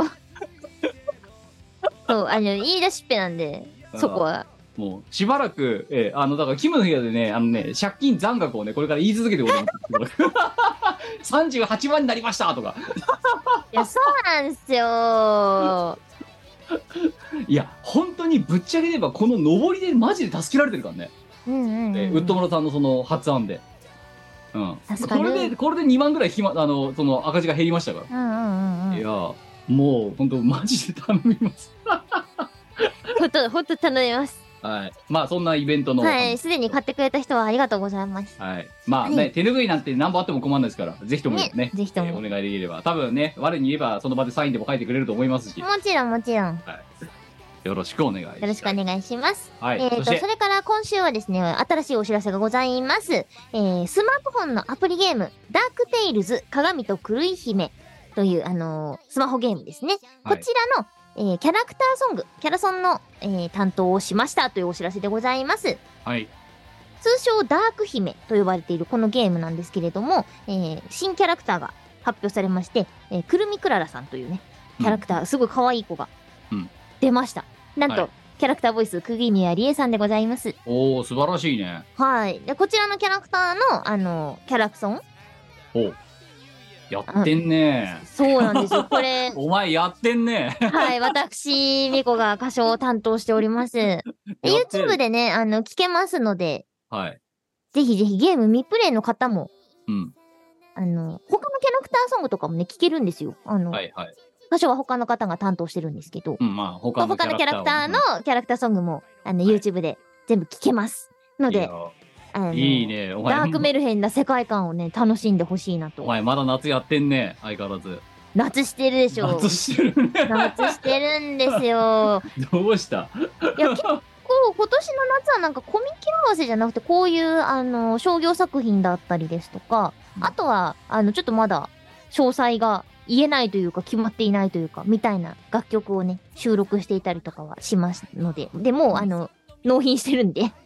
そう、あの、言い出しっぺなんで、そこは。 もうしばらく、えーあのだからキムの部屋でね、あのね、借金残額をね、これから言い続けておりますさんじゅうはちまんになりましたとか。 いや、そうなんですよ。 いや本当にぶっちゃければこの上りでマジで助けられてるからね、 うんうん、うん。 えーウッドモノさんのその発案で、うん、 助かるこれでこれでにまんぐらいひまあのその赤字が減りましたかうんうんうんら、 うん。 いやもう本当マジで頼みますほんと、ほんと頼みます。 はい、まあそんなイベントの、 はい、すでに買ってくれた人はありがとうございます。 はい、まあね、 はい手拭いなんて何本あっても困らないですから、ぜひともね、 ねぜひともえーお願いできれば、多分ね、我に言えばその場でサインでも書いてくれると思いますし、 もちろんもちろん。 よろしくお願いします。 よろしくお願いします。 はい、 えーと、そそして、 れから今週はですね、新しいお知らせがございます。えー、スマートフォンのアプリゲーム、ダークテイルズ鏡と狂い姫という、あのースマホゲームですね。 はいこちらの、えーキャラクターソング、キャラソンの、えー担当をしましたというお知らせでございます。 はい、 通称ダーク姫と呼ばれているこのゲームなんですけれども、えー新キャラクターが発表されまして、えーくるみクララさんというね、キャラクター、すごい可愛い子がうん出ました。なんと、 はいキャラクターボイス、釘宮理恵さんでございます。 おお素晴らしいね。 はい。で、こちらのキャラクターの、あの、キャラクソンおやってんね。 そうなんですよ。これ、 お前やってんね。 はい。私、ミコが歌唱を担当しております。でやってる YouTube でね、あの、聞けますので、 はい。 ぜひぜひゲーム未プレイの方も、 うん。 あの、他のキャラクターソングとかもね、聞けるんですよ。あの、 はいはい。 歌唱は他の方が担当してるんですけど、 うん、まあ他の他のキャラクターをのキャラクターソングも、あの、 はい YouTube で全部聞けます。ので、あの、 いいね。お前ダークメルヘンな世界観をね、楽しんでほしいなおと。 前まだ夏やってんね。相変わらず。 夏してるでしょ。 夏してるね。 夏してるんですよ。 どうしたいや、結構、今年の夏はなんかコミケ合わせじゃなくて、こういう、あの、商業作品だったりですとか、 うんあとは、あの、ちょっとまだ、詳細が言えないというか、決まっていないというか、みたいな楽曲をね、収録していたりとかはしますので、でもう、あの、納品してるんで、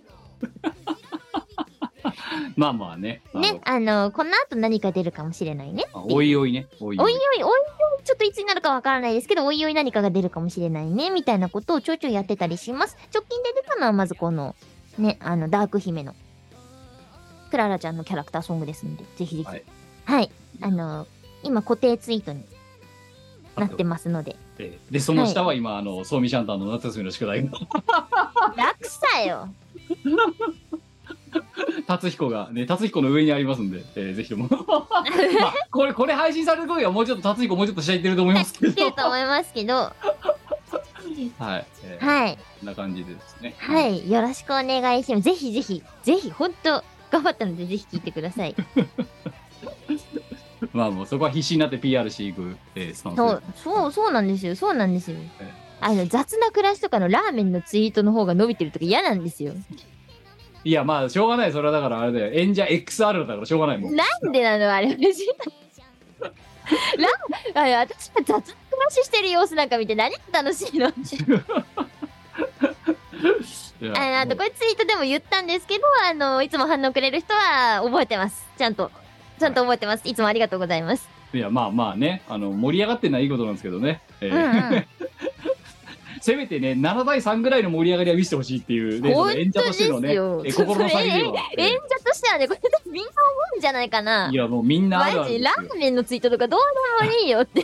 まあまあね。あのね、あの、この後何か出るかもしれないね。 あおいおいね。おいおい。 おいおい、おいおい、ちょっといつになるかわからないですけど、おいおい何かが出るかもしれないね、みたいなことをちょいちょいやってたりします。直近で出たのはまずこの、ね、あの、ダーク姫の、クララちゃんのキャラクターソングですので、ぜひぜひ。ははいい。 あの、今固定ツイートになってますので。 えーで、その下は今、あの、ソーミシャンタンの夏休みの宿題が、 楽さよ。 達彦が、ね、達彦の上にありますんで、えーぜひとも。まあ、これ、これ配信される時はもうちょっと達彦もうちょっと試合いってると思いますけど。 来てると思いますけど、 はい。えーはい。 こんな感じでですね。 は。い。よろしくお願いします。ぜひぜひ、ぜひ、ほんと、頑張ったので、ぜひ聞いてください。 まあもうそこは必死になって ピーアール していく、えースタンス。 そうそうそうなんですよ、そうなんですよ。 えあの雑な暮らしとかのラーメンのツイートの方が伸びてるとか嫌なんですよ。 いやまあしょうがない、それはだからあれだよ、演者 エックスアール だからしょうがないもん。 なんでなのあれ私ラあれ私が雑な暮らししてる様子なんか見て何が楽しいのっていやあのあとこれツイートでも言ったんですけど、あのいつも反応くれる人は覚えてます。ちゃんとちゃんと覚えてます。いつもありがとうございます。 いやまあまあね、あの盛り上がってるのはいいことなんですけどね、えーうんうんせめてねななたいさんぐらいの盛り上がりは見せてほしいっていう、ね、その演者としてのね、 本当ですよえ心の叫びでは、 それ演者としてはね、これみんな思うんじゃないかな。 いやもうみんなあるあマジるですよ。 ラーメンのツイートとかどうでもいいよってい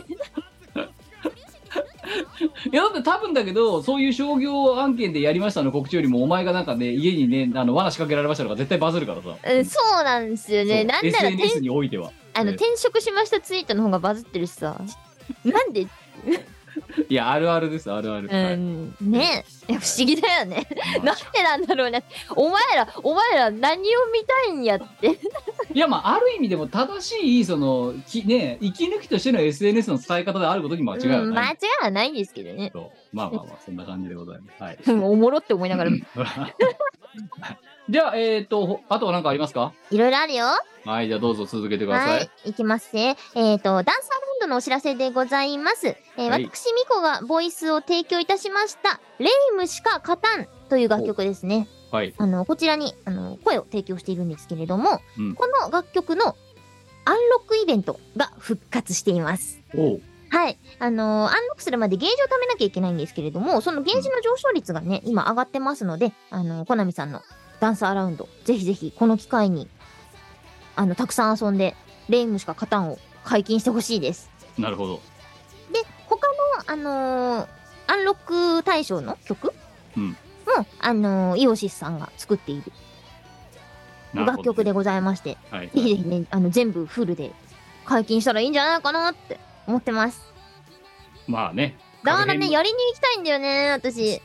やだって多分だけど、そういう商業案件でやりましたの告知よりも、お前がなんかね家にねあの罠仕掛けられましたのが絶対バズるからさ。 うん、そうなんですよね。なんならエスエヌエス転においてはあのえ転職しましたツイートの方がバズってるしさ。なんで、 いやあるあるです、あるある、 うはいん、ねえ、いや不思議だよね。 まあなんでなんだろうね。お前ら、お前ら何を見たいんやって。 いやまあある意味でも正しいそのきね息抜きとしての エスエヌエス の使い方であることに間違いはうん、 ない。 間違いはないんですけどね。 そうまあまあまあそんな感じでございます。はい。 うんおもろって思いながら。いじゃあえっ、とほあとは何かありますか？ ろいろあるよ。 はいじゃあどうぞ続けてくださ。 はいい、いきますね。えっ、と、ダンサーランドのお知らせでございます。えーはい私、ミコがボイスを提供いたしました、レイムしか勝たんという楽曲ですね。 はい。 あの、こちらに、あの、声を提供しているんですけれども、 うんこの楽曲のアンロックイベントが復活しています。 おうはい。あのーアンロックするまでゲージを貯めなきゃいけないんですけれども、そのゲージの上昇率がね、今上がってますので、あのーコナミさんのダンスアラウンド、ぜひぜひこの機会に、あの、たくさん遊んで、レイムしか勝たんを解禁してほしいです。 なるほど。 で、他の、あのーアンロック対象の曲うんも、あのーイオシスさんが作っているなるほど楽曲でございまして、 はい。 ぜひぜひね、あの、全部フルで解禁したらいいんじゃないかなって思ってます。 まあね。 だからね、 各やりに行きたいんだよね、私。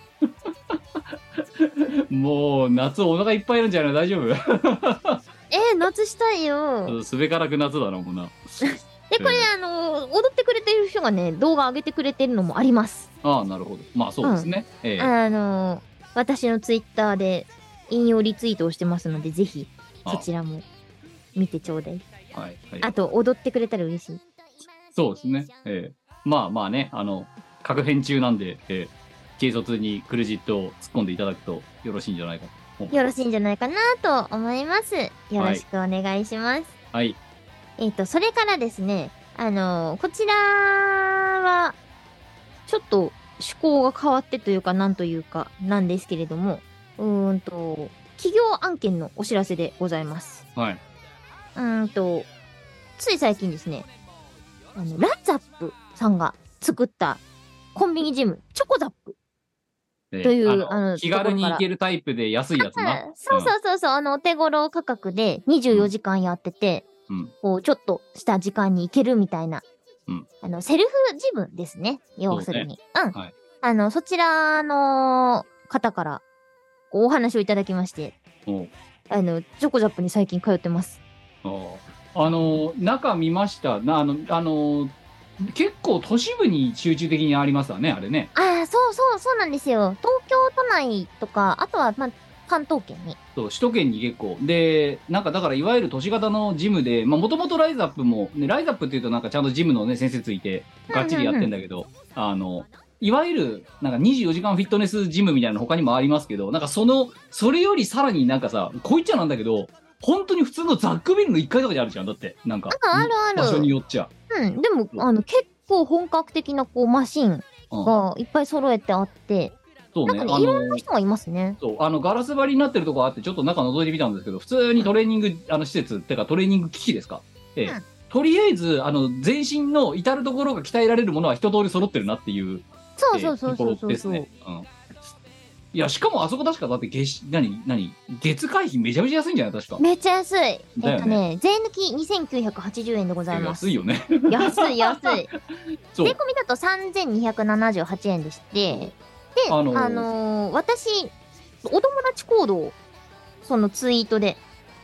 辺もう夏お腹いっぱいなんじゃない？大丈夫？ えー、夏したいよ。 すべからく夏だなもんな。 で、これ、あのー踊ってくれてる人がね、動画上げてくれてるのもあります。 ああなるほど。まあそうですね。ええあのー私のツイッターで引用リツイートをしてますので、ぜひ、そちらも見てちょうだい。 はいはい。 あと、踊ってくれたら嬉しい。 そうですね。ええまあまあね、あの、各編中なんで、ええ軽率にクレジットを突っ込んでいただくとよろしいんじゃないかと思う。 よろしいんじゃないかなと思います。よろしくお願いします。 はい。 えっ、と、それからですね、あのーこちらは、ちょっと趣向が変わってというか、なんというか、なんですけれども、うーんと、企業案件のお知らせでございます。 はい。 うーんと、つい最近ですね、あの、ラザップさんが作ったコンビニジム、チョコザップ。 ええというあのあの気軽に行けるタイプで安いやつな。 あそうそうそうそう、あの、お手頃価格でにじゅうよじかんやってて、 うん。 こう、ちょっとした時間に行けるみたいな、 うんあの、セルフジムですね。要するに。うん。 はいあの、そちらの方から、こうお話をいただきまして、 おうあの、チョコザップに最近通ってます。 あああの中見ましたな。あのあの結構都市部に集中的にありますわね、あれね。 ああ、そうそう、そうなんですよ。東京都内とか、あとは、まあ、関東圏に。 そう首都圏に結構で、なんかだからいわゆる都市型のジムで、まあもともとライザップも、ね、ライザップっていうとなんかちゃんとジムのね先生ついてがっちりやってんだけど、あのいわゆるなんかにじゅうよじかんフィットネスジムみたいなの他にもありますけど、なんかそのそれよりさらになんかさ、こう言っちゃなんだけど、本当に普通のザックビルのいっかいとかにあるじゃん。だってなんかああるある場所によっちゃ、 うん。でも、あの、結構本格的な、こう、マシンうん、 がいっぱい揃えてあって、 そうね、 なんかね、 あいろんのな人がいますね。 そうあのガラス張りになってるとこあってちょっと中覗いてみたんですけど、普通にトレーニングあの施設ってかトレーニング機器ですか、ええうんとりあえずあの全身の至る所が鍛えられるものは一通り揃ってるなっていう、 そうええそうそうそうところそうそう。 ですね。うん、いやしかもあそこ確かだって月何何月会費めちゃめちゃ安いんじゃない確か。 めっちゃ安い。えだよねっとね、税抜きにせんきゅうひゃくはちじゅうえんでございます。 安いよね。 安い安い。 そう税込みだとさんぜんにひゃくななじゅうはちえんでして、で、ああのーのー私、お友達コードを、そのツイートで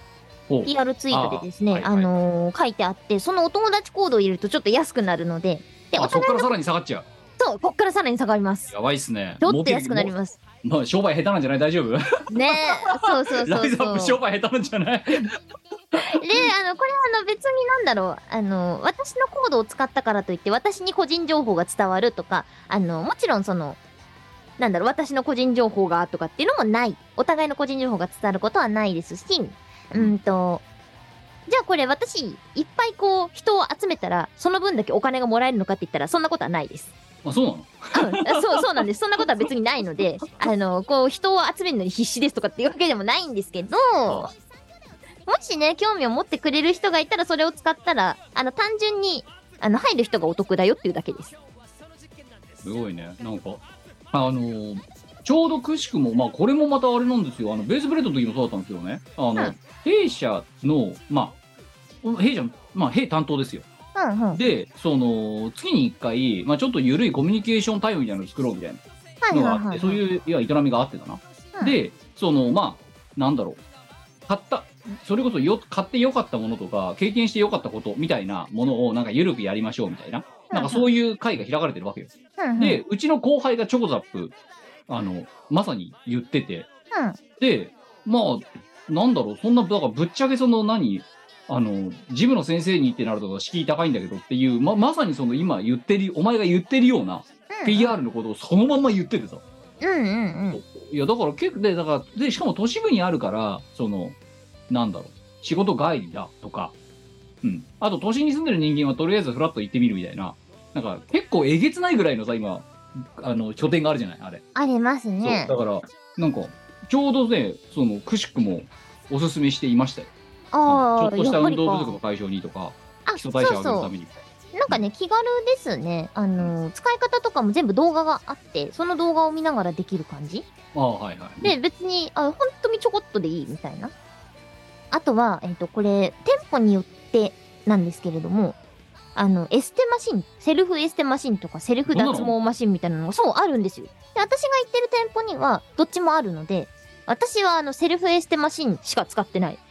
ほうピーアール ツイートでですね、あ,、 あーはいはいのー書いてあって、そのお友達コードを入れるとちょっと安くなるので、で、お互いのあそっからさらに下がっちゃう。 と、こっからさらに下がります。 やばいっすね。 ちょっと安くなりす。 ます。 まあ商売下手なんじゃない？大丈夫？ ねえ、そうそうライズアップそうそう。 商売下手なんじゃない？ で、あの、これあの別になんだろう、あの、私のコードを使ったからといって私に個人情報が伝わるとか、あの、もちろんその、なんだろう、私の個人情報がとかっていうのもない。お互いの個人情報が伝わることはないですし、うんと、じゃあこれ私、いっぱいこう、人を集めたら、その分だけお金がもらえるのかって言ったら、そんなことはないです。 あ、そうなの？ うん、そう、そうなんです。そんなことは別にないので、あの、こう、人を集めるのに必死ですとかっていうわけでもないんですけど、もしね、興味を持ってくれる人がいたら、それを使ったら、あの、単純に、あの、入る人がお得だよっていうだけです。 すごいね。なんか、あのーちょうどくしくも、まあこれもまたあれなんですよ。あの、ベースブレッドの時もそうだったんですけどね。あの、 うん弊社の、まあ、弊社、まあ、弊担当ですよ。 うんうん。 で、その、月にいっかい、まあちょっと緩いコミュニケーションタイムみたいなのを作ろうみたいなのがあって、 はいはいはい。 そういう、いや、営みがあってだな。 うん、 で、その、まあ、なんだろう。買った、それこそよ、買ってよかったものとか、経験してよかったことみたいなものを、なんか緩くやりましょうみたいな。なんかそういう会が開かれてるわけよ。 うんうん、 で、うちの後輩がチョコザップ、あの、まさに言ってて、 うん、 で、まあ、なんだろう、そんな、だからぶっちゃけその何、あの、ジムの先生にってなると敷居高いんだけどっていう、ま、まさにその今言ってる、お前が言ってるような ピーアール のことをそのまんま言っててさ。 うんうんうん。 いや、だから結構、で、だから、で、しかも都市部にあるから、その、なんだろう、仕事帰りだとか、うん。あと都心に住んでる人間はとりあえずフラッと行ってみるみたいな、なんか結構えげつないぐらいのさ、今、あの、拠点があるじゃない、あれ。 ありますね。 そう、だから、なんか、ちょうどね、その、くしくもおすすめしていましたよ。 ああ、 ちょっとしたやっぱりか運動不足の解消にとか、 あ、 基礎そう代謝を上げるそために。 う。なんかね、気軽ですね。あの、使い方とかも全部動画があって、その動画を見ながらできる感じああ、はいはい。 で、別に、あ、本当にちょこっとでいいみたいな。あとは、えっと、これ、店舗によってなんですけれども、あの、エステマシン、セルフエステマシンとか、セルフ脱毛マシンみたいなのが、そう、あるんですよ。で、私が行ってる店舗には、どっちもあるので、私は、あの、セルフエステマシンしか使ってない。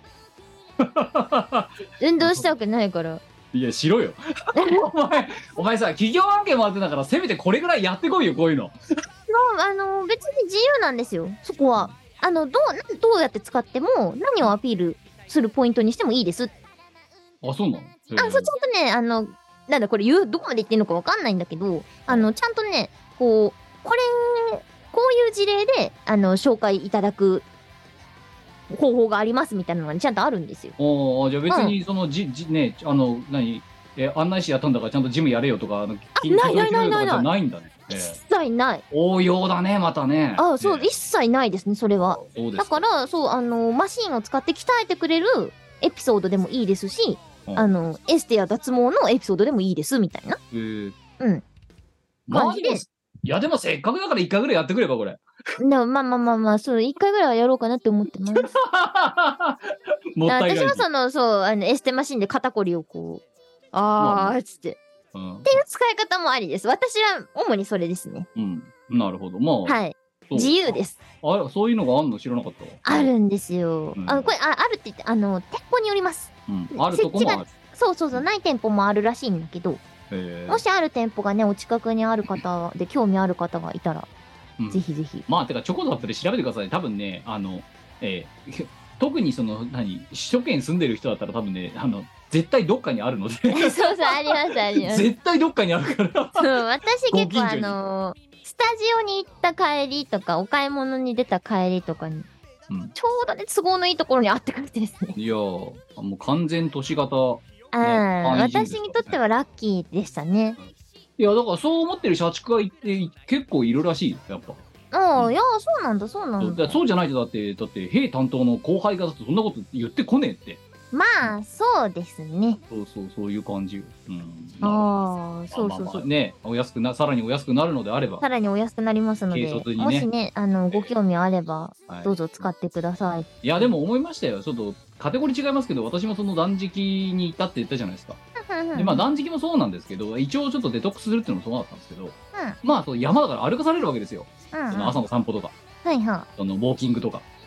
運動したわけないから。 いや、しろよ。お前、お前さ、企業案件もあってだから、せめてこれぐらいやってこいよ、こういうの。 もう、あの、別に自由なんですよ、そこは。あの、どう、どうやって使っても、何をアピールするポイントにしてもいいです。 あ、そうなの？ あ、そう、ちゃんとね、あの、なんだ、これ言う、どこまで言ってんのかわかんないんだけど、あの、ちゃんとね、こう、これ、こういう事例で、あの、紹介いただく方法がありますみたいなのが、ね、ちゃんとあるんですよ。 ああ、じゃあ別に、その、じ、じ、ね、あの、何、え、案内士やったんだからちゃんとジムやれよとか、あの、筋ないないないない筋トレしろよとかじゃないんだね。え一え切ない。 応用だね、またね。 あ、そう、 ええ一切ないですね、それは。 そうですだから、そう、あの、マシンを使って鍛えてくれるエピソードでもいいですし、 うんあの、エステや脱毛のエピソードでもいいです、みたいな。 えーうん。 まあ感じででも、いやでもせっかくだから一回ぐらいやってくれば、これ。 なまあまあまあまあ、そう、一回ぐらいはやろうかなって思ってます。 もったいない。 私はその、そう、あの、エステマシンで肩こりをこう、あーっつって。 うんっていう使い方もありです。私は主にそれですね。 うん。なるほど。まあ、 はい。 そう自由です。 あ、そういうのがあんの知らなかったわ。 あるんですよ。 うんあの、これ、あ、あるって言って、あの、店舗によります。 うん。あるとこもある。 そうそうそう、ない店舗もあるらしいんだけど、 へえもしある店舗がね、お近くにある方で興味ある方がいたら、 うんぜひぜひ。 まあ、てか、チョコザップで調べてください。多分ね、あの、えー特にその、何、首都圏住んでる人だったら多分ね、あの、絶対どっかにあるので。 そうそう、あります、あります。 絶対どっかにあるから。 そう、私結構あご近所にのースタジオに行った帰りとか、お買い物に出た帰りとかに、 うんちょうどね、都合のいいところにあってくれてですね。 いやー、もう完全都市型。 うん、 安心です私にとってはラッキーでしたね。 いや、だからそう思ってる社畜がいて結構いるらしいよ、やっぱ。 ああ、いや、そうなんだ、そうなんだ。 そうだそうじゃないとだってだって兵担当の後輩がだってそんなこと言ってこねえって。 まあ、そうですね。 そうそうそういう感じよ。うん。 ああ、そうそうまあまあそう。 まあね、お安くなさらにお安くなるのであれば、 さらにお安くなりますので、 軽率にねもしね、あの、ご興味あれば、 はいどうぞ使ってください。 いやでも思いましたよ。ちょっとカテゴリー違いますけど、私もその断食にいたって言ったじゃないですか。でまあ断食もそうなんですけど、一応ちょっとデトックスするっていうのもそうだったんですけど、まあそう山だから歩かされるわけですよ。 うん、うん、 その朝の散歩とか、 はいはそのウォーキングとか。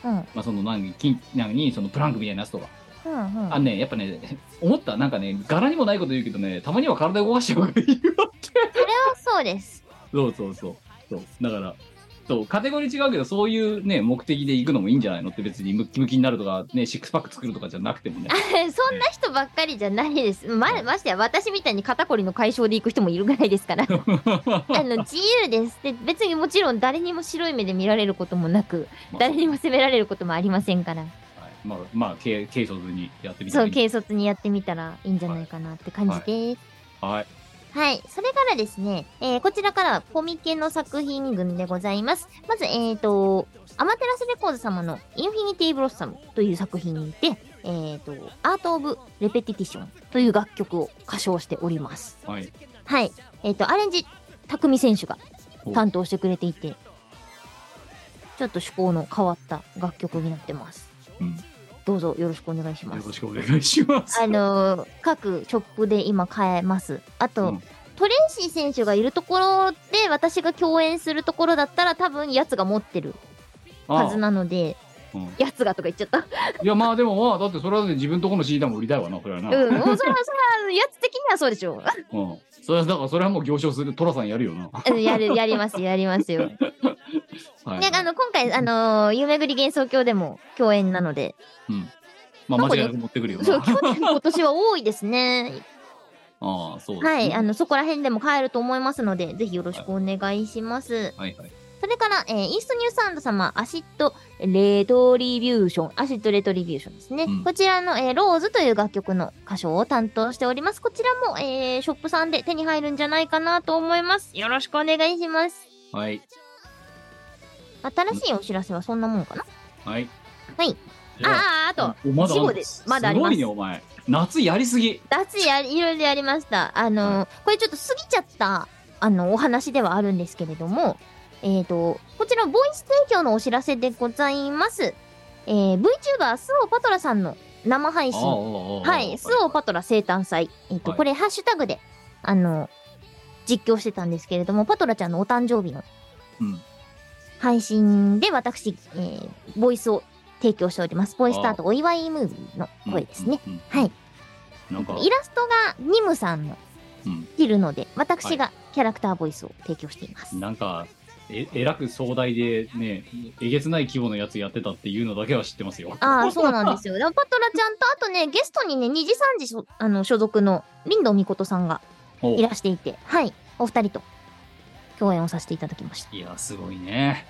うんまあその何金何そのプランクみたいなやつとか、 うんうん。 あねやっぱね思ったなんかね柄にもないこと言うけどねたまには体動かしておく理由があってそれはそうです。 そうそうそうそうだからそうカテゴリー違うけどそういうね目的で行くのもいいんじゃないのって別にムッキムキになるとかねシックスパック作るとかじゃなくてもねそんな人ばっかりじゃないです。ま、ましてや私みたいに肩こりの解消で行く人もいるぐらいですから。あの、自由です。で、別にもちろん誰にも白い目で見られることもなく、 まあ誰にも責められることもありませんから。 はいまあまあ軽軽率にやってみてそう、軽率にやってみたらいいんじゃないかなって感じです。 はいはい。それからですね、えーこちらからはコミケの作品群でございます。まず、えっ、と、アマテラスレコード様のインフィニティブロッサムという作品で、えっ、と、アート・オブ・レペティティションという楽曲を歌唱しております。 はいはい。えっ、と、アレンジ、匠選手がお担当してくれていて、ちょっと趣向の変わった楽曲になってます。 うんどうぞよろしくお願いしますよろ。しくお願いしますあのー各ショップで今買えます。あと、 うんトレイシー選手がいるところで私が共演するところだったら多分やつが持ってるはずなので、 ああうんやつがとか言っちゃった。 いやまあでもまあだってそれはね自分とこの シーディー も売りたいわなそれはなうん、もうそれは、それは、やつ的にはそうでしょうんそれはだからそれはもう行商するトラさんやるよなう。うんやる、やりますよ、やりますよ。 はいで、あの、今回、あのー、夢ぐり幻想郷でも共演なので、 うんまあ間違いなく持ってくるよなそう、去年、今年は多いですね。 ああそうですねはい、あの、そこら辺でも買えると思いますので、ぜひよろしくお願いします。 はいはいそれから、えーイーストニューサンド様、アシッドレトリビューション、アシッドレトリビューションですね。 うんこちらの、えーローズという楽曲の歌唱を担当しております。こちらも、えーショップさんで手に入るんじゃないかなと思います。よろしくお願いします。 はい新しいお知らせはそんなもんかな。 はいはい。 じゃあああ、あと、 おまだあんのいちごです。まだありますすごいねお前夏やりすぎ脱やいろいろやりました。あのーはこれちょっと過ぎちゃった、あの、お話ではあるんですけれども、えっ、と、こちら、ボイス提供のお知らせでございます。えー、VTuber、スオパトラさんの生配信。は、 はいスオパトラ生誕祭。えっ、と、 はいこれ、ハッシュタグで、あの、実況してたんですけれども、パトラちゃんのお誕生日のうん配信で私、えー、ボイスを提供しております。ボイスタートお祝いムービーの声ですね。 うんうんはい。 なんかイラストがニムさんのうんいるので、私がキャラクターボイスを提供しています。 なんかええらく壮大でねえげつない規模のやつやってたっていうのだけは知ってますよああ、そうなんですよ。でもパトラちゃんと、あとね、ゲストにね、にじさんじそあの所属の林道美琴さんがおいらしていて、はい、お二人と共演をさせていただきました。 いやすごいね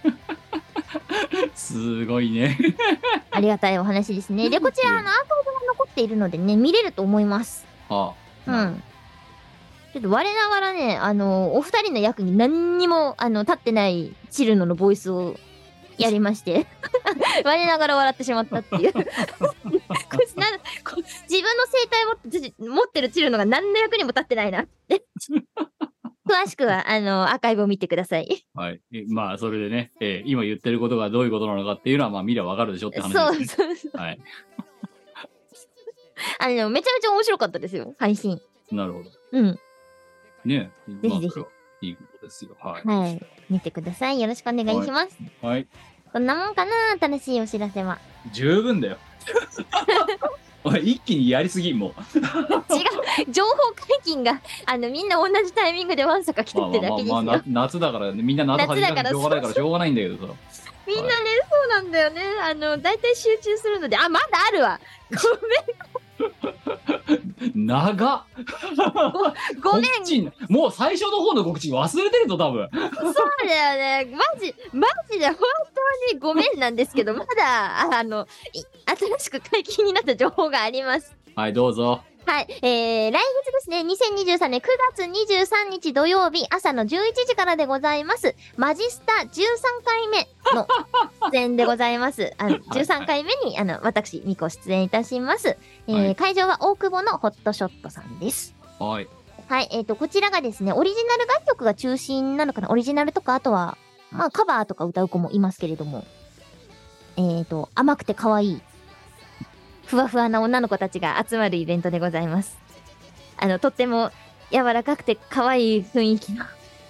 すごいねありがたいお話ですね。で、こちら、あの、アーカイブが残っているのでね、見れると思います。 あうん。ちょっと我ながらね、あの、お二人の役に何にも、あの、立ってないチルノのボイスをやりまして、我ながら笑ってしまったっていう。こいつなんこ自分の生態持って持ってるチルノが何の役にも立ってないなって。詳しくは、あの、アーカイブを見てください。 はいえまあそれでね、えー今言ってることがどういうことなのかっていうのはまあ見りゃわかるでしょってそう話ですねそうそう。 はいあの、めちゃめちゃ面白かったですよ、配信。 なるほどうん。 ねぜひぜひまあそれはいいことですよはいはい。見てください。よろしくお願いします。 はいこんなもんかな、新しいお知らせは。 十分だよおい一気にやりすぎもう違う、情報解禁が、あの、みんな同じタイミングでわんさか来てまあってだけですよ。 まあまあ、な夏だからねみんな夏始めたらしょうがないからしょうがないんだけどさみんなね、そうなんだよね。あの、大体集中するので、あ、まだあるわ。 長っごめん、ごめん。 告知もう最初の方の告知忘れてるぞ多分そうだよね。マジ、マジで本当にごめんなんですけど、まだ、ああの、い新しく解禁になった情報があります。 はいどうぞはい。えー、来月ですね、にせんにじゅうさんねんくがつにじゅうさんにち土曜日朝のじゅういちじからでございます。マジスタじゅうさんかいめの出演でございます。あの、じゅうさんかいめに、あの、私、ミコ出演いたします。えーはい会場は大久保のホットショットさんです。 はいはい。えっ、と、こちらがですね、オリジナル楽曲が中心なのかな。オリジナルとか、あとは、まあ、カバーとか歌う子もいますけれども、えっ、と、甘くて可愛い、ふわふわな女の子たちが集まるイベントでございます。あの、とっても柔らかくて可愛い雰囲気の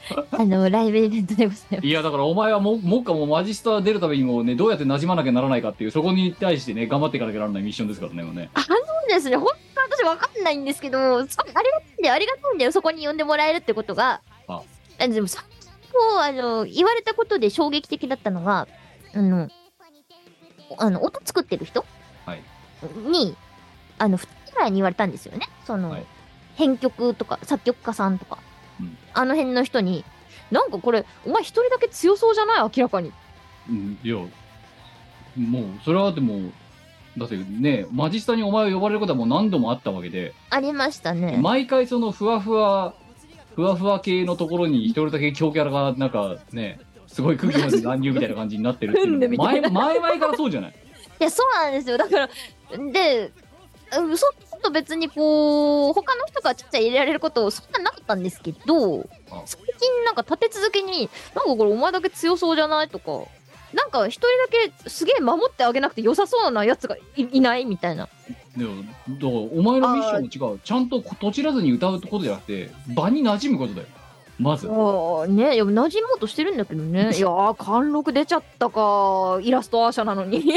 あのライブイベントでございます。 いやだからお前はももっかもマジスタ出るためにもねどうやって馴染まなきゃならないかっていうそこに対してね頑張っていかなきゃならないミッションですからねもうね。 あのですね、本当に私わかんないんですけど、そありがたいんだよ、ありがたいんだよ、そこに呼んでもらえるってことが。 ああでもさっきこうあの言われたことで衝撃的だったのが、あの、あの音作ってる人、 はい、 に、あの、ふたつぐらいに言われたんですよね。その、はい、編曲とか作曲家さんとか、うん、あの辺の人に、なんかこれ、お前一人だけ強そうじゃない明らかに。 うん、いや、もう、それはでも、だってね、マジスタにお前を呼ばれることはもう何度もあったわけで。 ありましたね。 毎回そのふわふわ、ふわふわ系のところに一人だけ強キャラがなんかね、すごい空気まで乱入みたいな感じになってるっていうの前前々からそうじゃない。 いや、そうなんですよ。だから、で、そんなこと別にこう、他の人がちゃっちゃ入れられることそんななかったんですけど、最近なんか立て続けに、なんかこれお前だけ強そうじゃないとか、なんか一人だけすげえ守ってあげなくて良さそうなやつが い, いないみたいな。 でも、だからお前のミッションも違う。ちゃんととちらずに歌うことじゃなくて、場に馴染むことだよ。まず。 ああ、ね、いや、馴染もうとしてるんだけどね。いやー、貫禄出ちゃったか。イラストアーシャなのに。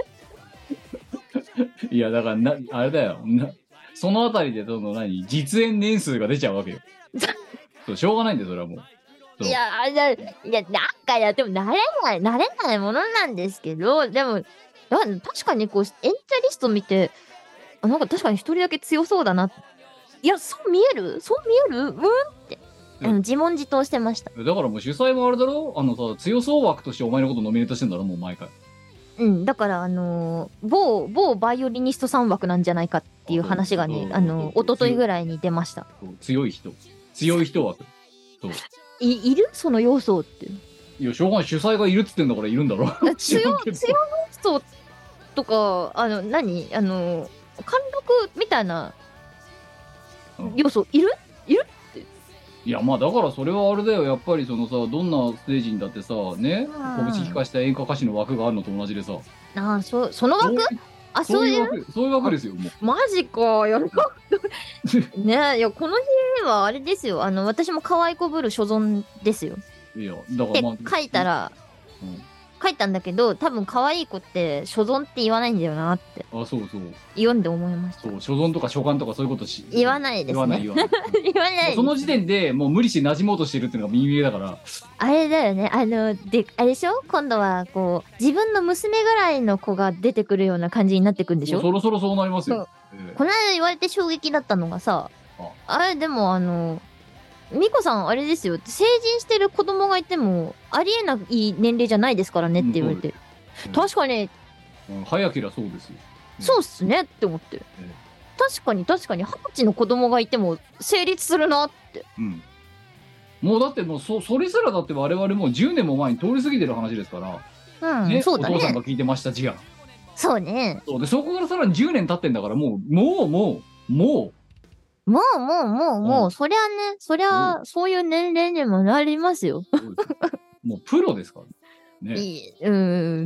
いや、だからな、あれだよ。なそのあたりで、その何、実演年数が出ちゃうわけよ。そうしょうがないんだよ、それはもう。 いやー、いや、いや、なんかやっても慣れない、慣れないものなんですけど、でも、確かにこう、エンチャリスト見て、あ、なんか確かに一人だけ強そうだな。いや、そう見えるそう見えるうんって。あの自問自答してました。 だからもう主催もあれだろ、あのさ、強そう枠としてお前のことノミネートしてんだろ、もう毎回。 うん、だからあのー、某某バイオリニストさん枠なんじゃないかっていう話がね、あのー、一昨日ぐらいに出ました。 強い人、強い人枠。そう。 いいるその要素って。 いや、しょうがない、主催がいるっつってんだからいるんだろ。 強強い人とか、あの何あの貫禄みたいな要素いる、いる。 いやまあだからそれはあれだよ、やっぱりそのさ、どんなステージにだってさね、拳弾かした演歌歌手の枠があるのと同じでさ。 ああ、そその枠、あ、そういう枠、 そういう枠ですよ。もうマジか、やるかねえ、いやこの日はあれですよ、あの私も可愛いこぶる所存ですよ。 いやだから、まあ、 書いたら、うん、書いたんだけど、多分可愛い子って所存って言わないんだよなって。 あ、そうそう。 読んで思いました。 そう、所存とか所感とかそういうことし言わないですね。言わない言わない。言わない。 その時点でもう無理して馴染もうとしてるっていうのが右上だから。 あれだよね。あのであれでしょ。今度はこう自分の娘ぐらいの子が出てくるような感じになってくんでしょ。 そろそろそうなりますよ。 えー、この間言われて衝撃だったのがさ、あ, あれでもあの。ミコさんあれですよ、成人してる子供がいてもありえない年齢じゃないですからねって言われて、うん、確かに、 うん、早けりゃそうですよ、 うん、そうっすねって思って、うん、確かに確かにはたちの子供がいても成立するなって、 うん、もうだってもう そ, それすらだって我々もうじゅうねんも前に通り過ぎてる話ですから、 うんね、そうだね、 お父さんが聞いてましたじゃん。 そうね。 そうで、そこからさらにじゅうねん経ってんだから、もうもうもうもうもうもうもうもう、うん、そりゃね、そりゃ、うん、そういう年齢にもなりますよ。 もうプロですからね。 いい、うん、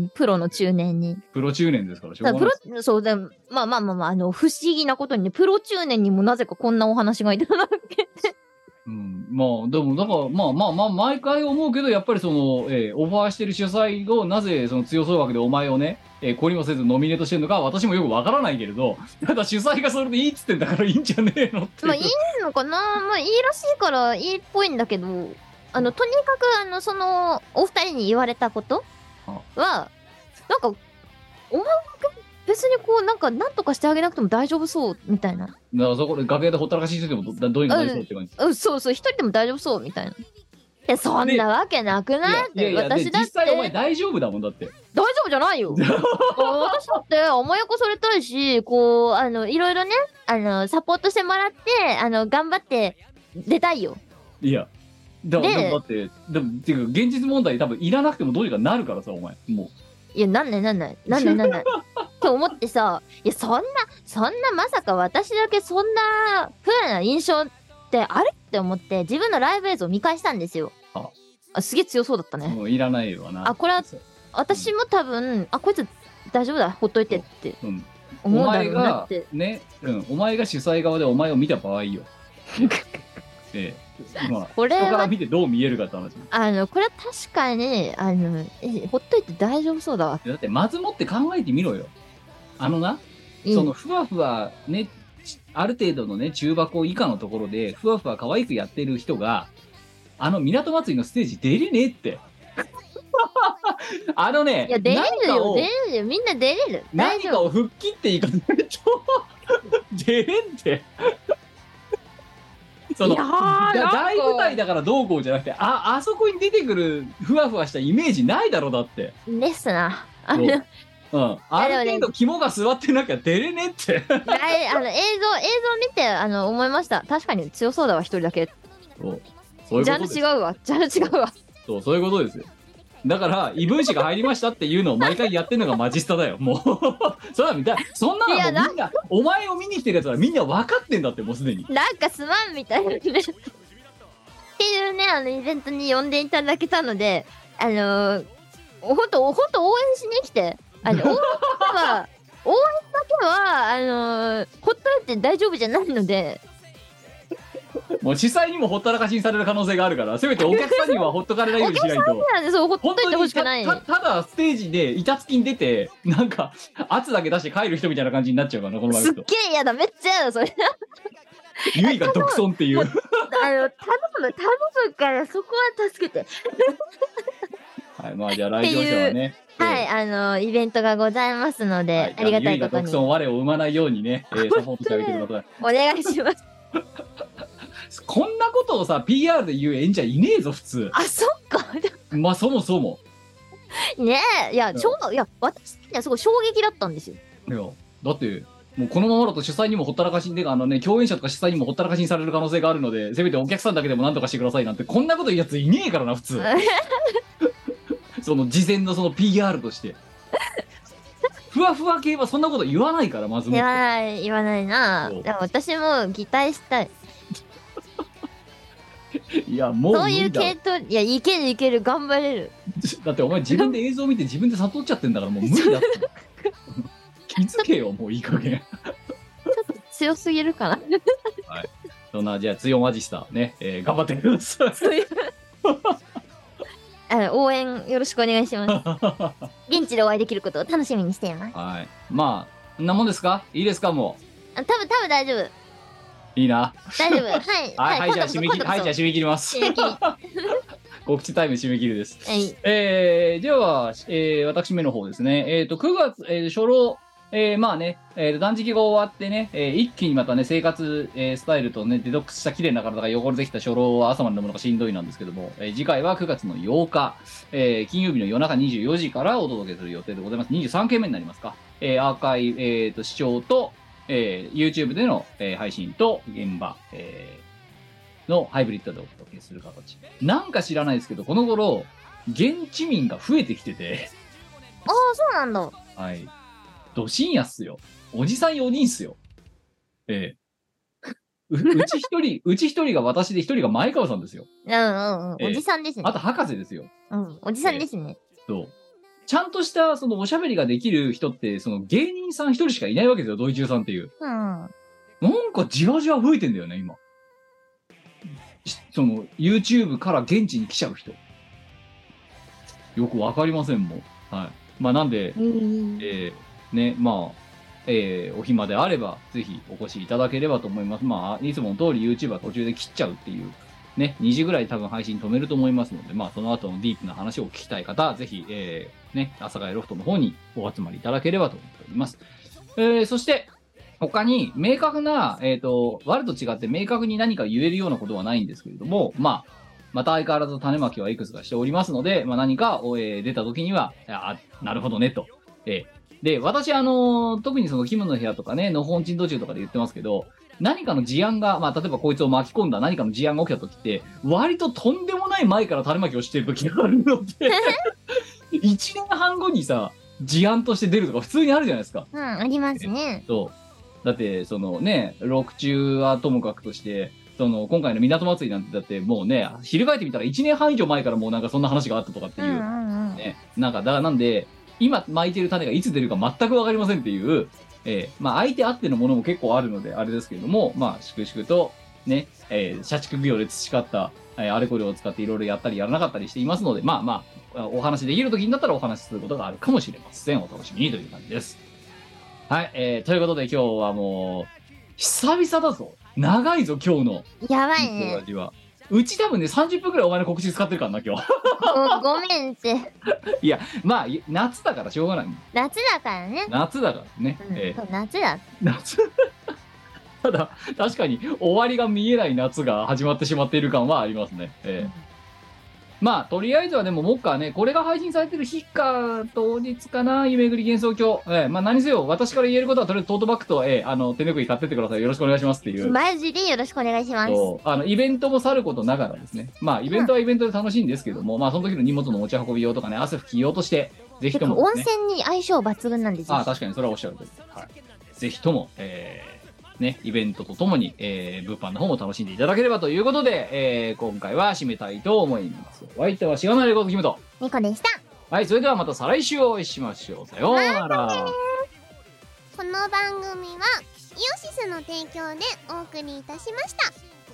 プロの中年に。 プロ中年ですから、しょうがないです。 プロ、そうだ、まあまあまあまあ、あの、不思議なことにね、プロ中年にもなぜかこんなお話がいただけて。 うん、まあ、でも、だから、まあまあまあ、毎回思うけど、やっぱりその、えー、オファーしてる主催を、なぜその強そう枠でお前をね、えー、懲りもせずノミネートしてるのか、私もよくわからないけれど、ただ主催がそれでいいっつってんだからいいんじゃねえのって。 まあ、いいのかな、まあ、いいらしいからいいっぽいんだけど、あの、とにかく、あの、その、お二人に言われたことは、なんか、お前は別にこう、なんか、なんとかしてあげなくても大丈夫そう、みたいな。 だからそこで楽屋でほったらかししててもど、どういうのなりそうって感じ。 うん、そうそう、一人でも大丈夫そう、みたいな。いや、そんなわけなくないって。 いやいや、私だって。実際お前大丈夫だもんだって。 大丈夫じゃないよ。私だって甘やかされたいし、こう、あの、いろいろね、あの、サポートしてもらって、あの、頑張って出たいよ。 いや、だから、だって、でも、っていうか、現実問題多分いらなくてもどうにかなるからさ、お前。もう。 いや、なんないなんない。なんないなんない。と思ってさ、いや、そんな、そんなまさか私だけそんな風な印象ってあれって思って、自分のライブ映像見返したんですよ。ああ、すげえ強そうだったね。 もういらないわな。 あ、これは、私も多分、うん、あ、こいつ大丈夫だ、ほっといてって思うんだろうなって。 ね、うん、お前が主催側でお前を見た場合よ。ええ、 まあ、 これは人から見てどう見えるかって話。 あの、これは確かに、あの、えほっといて大丈夫そうだわ。 だってまずもって考えてみろよ。あのな、 うんそのふわふわね、ある程度のね、中箱以下のところで、ふわふわ可愛くやってる人が、あの港祭りのステージ出れねえって。あのね、 いや、出れるよ、 何かを出れるよ。みんな出れる。大何か丈夫。 を吹っ切っていかないと、出れんって。そのいやーなんかだ大舞台だからどうこうじゃなくて、あ、あそこに出てくるふわふわしたイメージないだろだって。 ですな。あそうの、 うん。ある程度肝が座ってなきゃ出れねえって。 ああの映像、映像見て、あの、思いました。確かに強そうだわ、一人だけ。 そうそういうジャンルことです。 違うわ。ジャンル違うわ。 そう、そういうことですよ。だから異分子が入りましたっていうのを毎回やってるのがマジスタだよ。もうそれは見たい。そんなのもういやなみんなお前を見に来てるやつはみんな分かってんだって、もうすでに。 なんかすまんみたいなね。っていうね、あの、イベントに呼んでいただけたので、あのー、ほんと、ほんと応援しに来て、あの、応援は、応援だけは、あのー、ほっといて大丈夫じゃないので、 もう主催にもほったらかしにされる可能性があるから、せめてお客さんにはほっとかれないようにしないと。 なんでそう、ほっといてほ本当にたしくない。 たただステージで板付きに出てなんか圧だけ出して帰る人みたいな感じになっちゃうからな、このまますいくと。 っげえ嫌だ、めっちゃ嫌だ、それ。 ゆいが独尊っていう。 あの、頼む、頼むから、そこは助けて。 はい、まあじゃあ来場者はね。 はい、 えあの、イベントがございますので、 ーはいありがたいことに。 ゆいが独尊我を生まないようにね、えーサポートしてあげてください。 お願いします。 こんなことをさ ピーアール で言う演者いねえぞ普通。 あ、そっか。 まあそもそも。 ねえ、いや、 うんちょうど、いや、私的にはすごい衝撃だったんですよ。 いやだってもうこのままだと主催にもほったらかしにであのね共演者とか主催にもほったらかしにされる可能性があるので、せめてお客さんだけでも何とかしてくださいなんてこんなこと言うやついねえからな普通。その事前のその ピーアール として。ふわふわ系はそんなこと言わないからまずもって。 言わない、言わないな。 そうでも私も擬態したい。 いやもうそういう無理だろ系統、いや、いけるいける、頑張れる。 だってお前自分で映像見て自分で悟っちゃってんだからもう無理だって気づけよもういい加減。 強すぎるかな。 そんなじゃあ強マジスターね、えー頑張ってください。 そういう。あの応援よろしくお願いします。現地でお会いできることを楽しみにしています。 はい。まあ、こんなもんですか？いいですか？もあ、多分多分大丈夫。 う。いいな。 大丈夫。はい。 はい、はい、じゃあ今度こそ締め切り、はい、じゃあ締め切ります。 締め切り。は告知タイム締め切りです。 い。 えー、では、えー、私めの方ですね。えっ、と、くがつ、えー、初老、えー、まあね、えー、断食が終わってね、えー、一気にまたね、生活、えー、スタイルとね、デトックスした綺麗な体が汚れてきた初老は朝まで飲むのがしんどいなんですけども、えー、次回はくがつのようか、えー、金曜日の夜中にじゅうよじからお届けする予定でございます。にじゅうさんけんめになりますか。えー、アーカイブ、えー、と、視聴と、えー、YouTube での、えー配信と現場、えーのハイブリッドでお届けする形。なんか知らないですけど、この頃、現地民が増えてきてて、 ああ、そうなんだ。 はい。ど深夜っすよ。おじさんよにんっすよ。ええううち一人、うち一人が私で一人が前川さんですよ。 うんうんうん。 ええおじさんですねあ。と博士ですよ。 うん。おじさんですね。 そう。ちゃんとしたそのおしゃべりができる人って、その芸人さん一人しかいないわけですよ、ドイチューさんっていう。 うん。 なんかじわじわ増えてんだよね、今。しその、YouTube から現地に来ちゃう人。よくわかりませんもん。はい。まあなんで、 うん。 えーね、まあ、えーお暇であれば、ぜひお越しいただければと思います。まあ、いつもの通り YouTube は途中で切っちゃうっていう、ね、にじぐらい多分配信止めると思いますので、まあ、その後のディープな話を聞きたい方、ぜひ、えーね、阿佐ヶ谷ロフトの方にお集まりいただければと思っております。えーそして、他に明確な、えっ、と、我と違って明確に何か言えるようなことはないんですけれども、まあ、また相変わらず種まきはいくつかしておりますので、まあ何か、えー出た時には、あ、なるほどね、と。えーで、私、あのー特にそのキムの部屋とかね、のほんちん途中とかで言ってますけど、何かの事案が、まあ、例えばこいつを巻き込んだ何かの事案が起きた時って、割ととんでもない前から種まきをしてる時があるので、いちねんはん後にさ、事案として出るとか普通にあるじゃないですか。 うん、ありますね。 そう。だって、そのね、六中はともかくとして、その、今回の港祭りなんてだってもうね、翻ってみたらいちねんはん以上前からもうなんかそんな話があったとかっていうう、 んうんうん。 ね、なんか、だからなんで、今巻いてる種がいつ出るか全くわかりませんっていう、えーまあ相手あってのものも結構あるので、あれですけれども、まあ、粛々と、ね、 えー社畜業で培った、えーあれこれを使っていろいろやったりやらなかったりしていますので、まあまあお話できる時になったらお話しすることがあるかもしれません。お楽しみにという感じです。はい、えー、ということで今日はもう久々だぞ。長いぞ今日のやばいね。 はうち多分ねさんじゅっぷんくらいお前の告知使ってるからな今日。 ごごめんって。 いやまあ夏だからしょうがない。 夏だからね。 夏だからね、 うんえーそう夏だ。 夏ただ確かに終わりが見えない夏が始まってしまっている感はありますね、えーまあとりあえずはでももっかねこれが配信されてる日か当日かな夢ぐり幻想郷、えーまあ何せよ私から言えることはとりあえずトートバッグと、えーあの手ぬぐい買ってってくださいよろしくお願いしますっていうマジでよろしくお願いします。 そうあのイベントもさることながらですねまあイベントはイベントで楽しいんですけども、まあその時の荷物の持ち運び用とかね汗拭き用としてぜひてかとも、ね、 温泉に相性抜群なんですよ。 ああ確かにそれはおっしゃるとおり、はい、ぜひとも、えーね、イベントとともに、えー、物販の方も楽しんでいただければということで、えー、今回は締めたいと思います。お相手はしがないレコードキムト。 ニコでした。 はい、それではまた再来週お会いしましょう。さようなら。 この番組はイオシスの提供でお送りいたしました。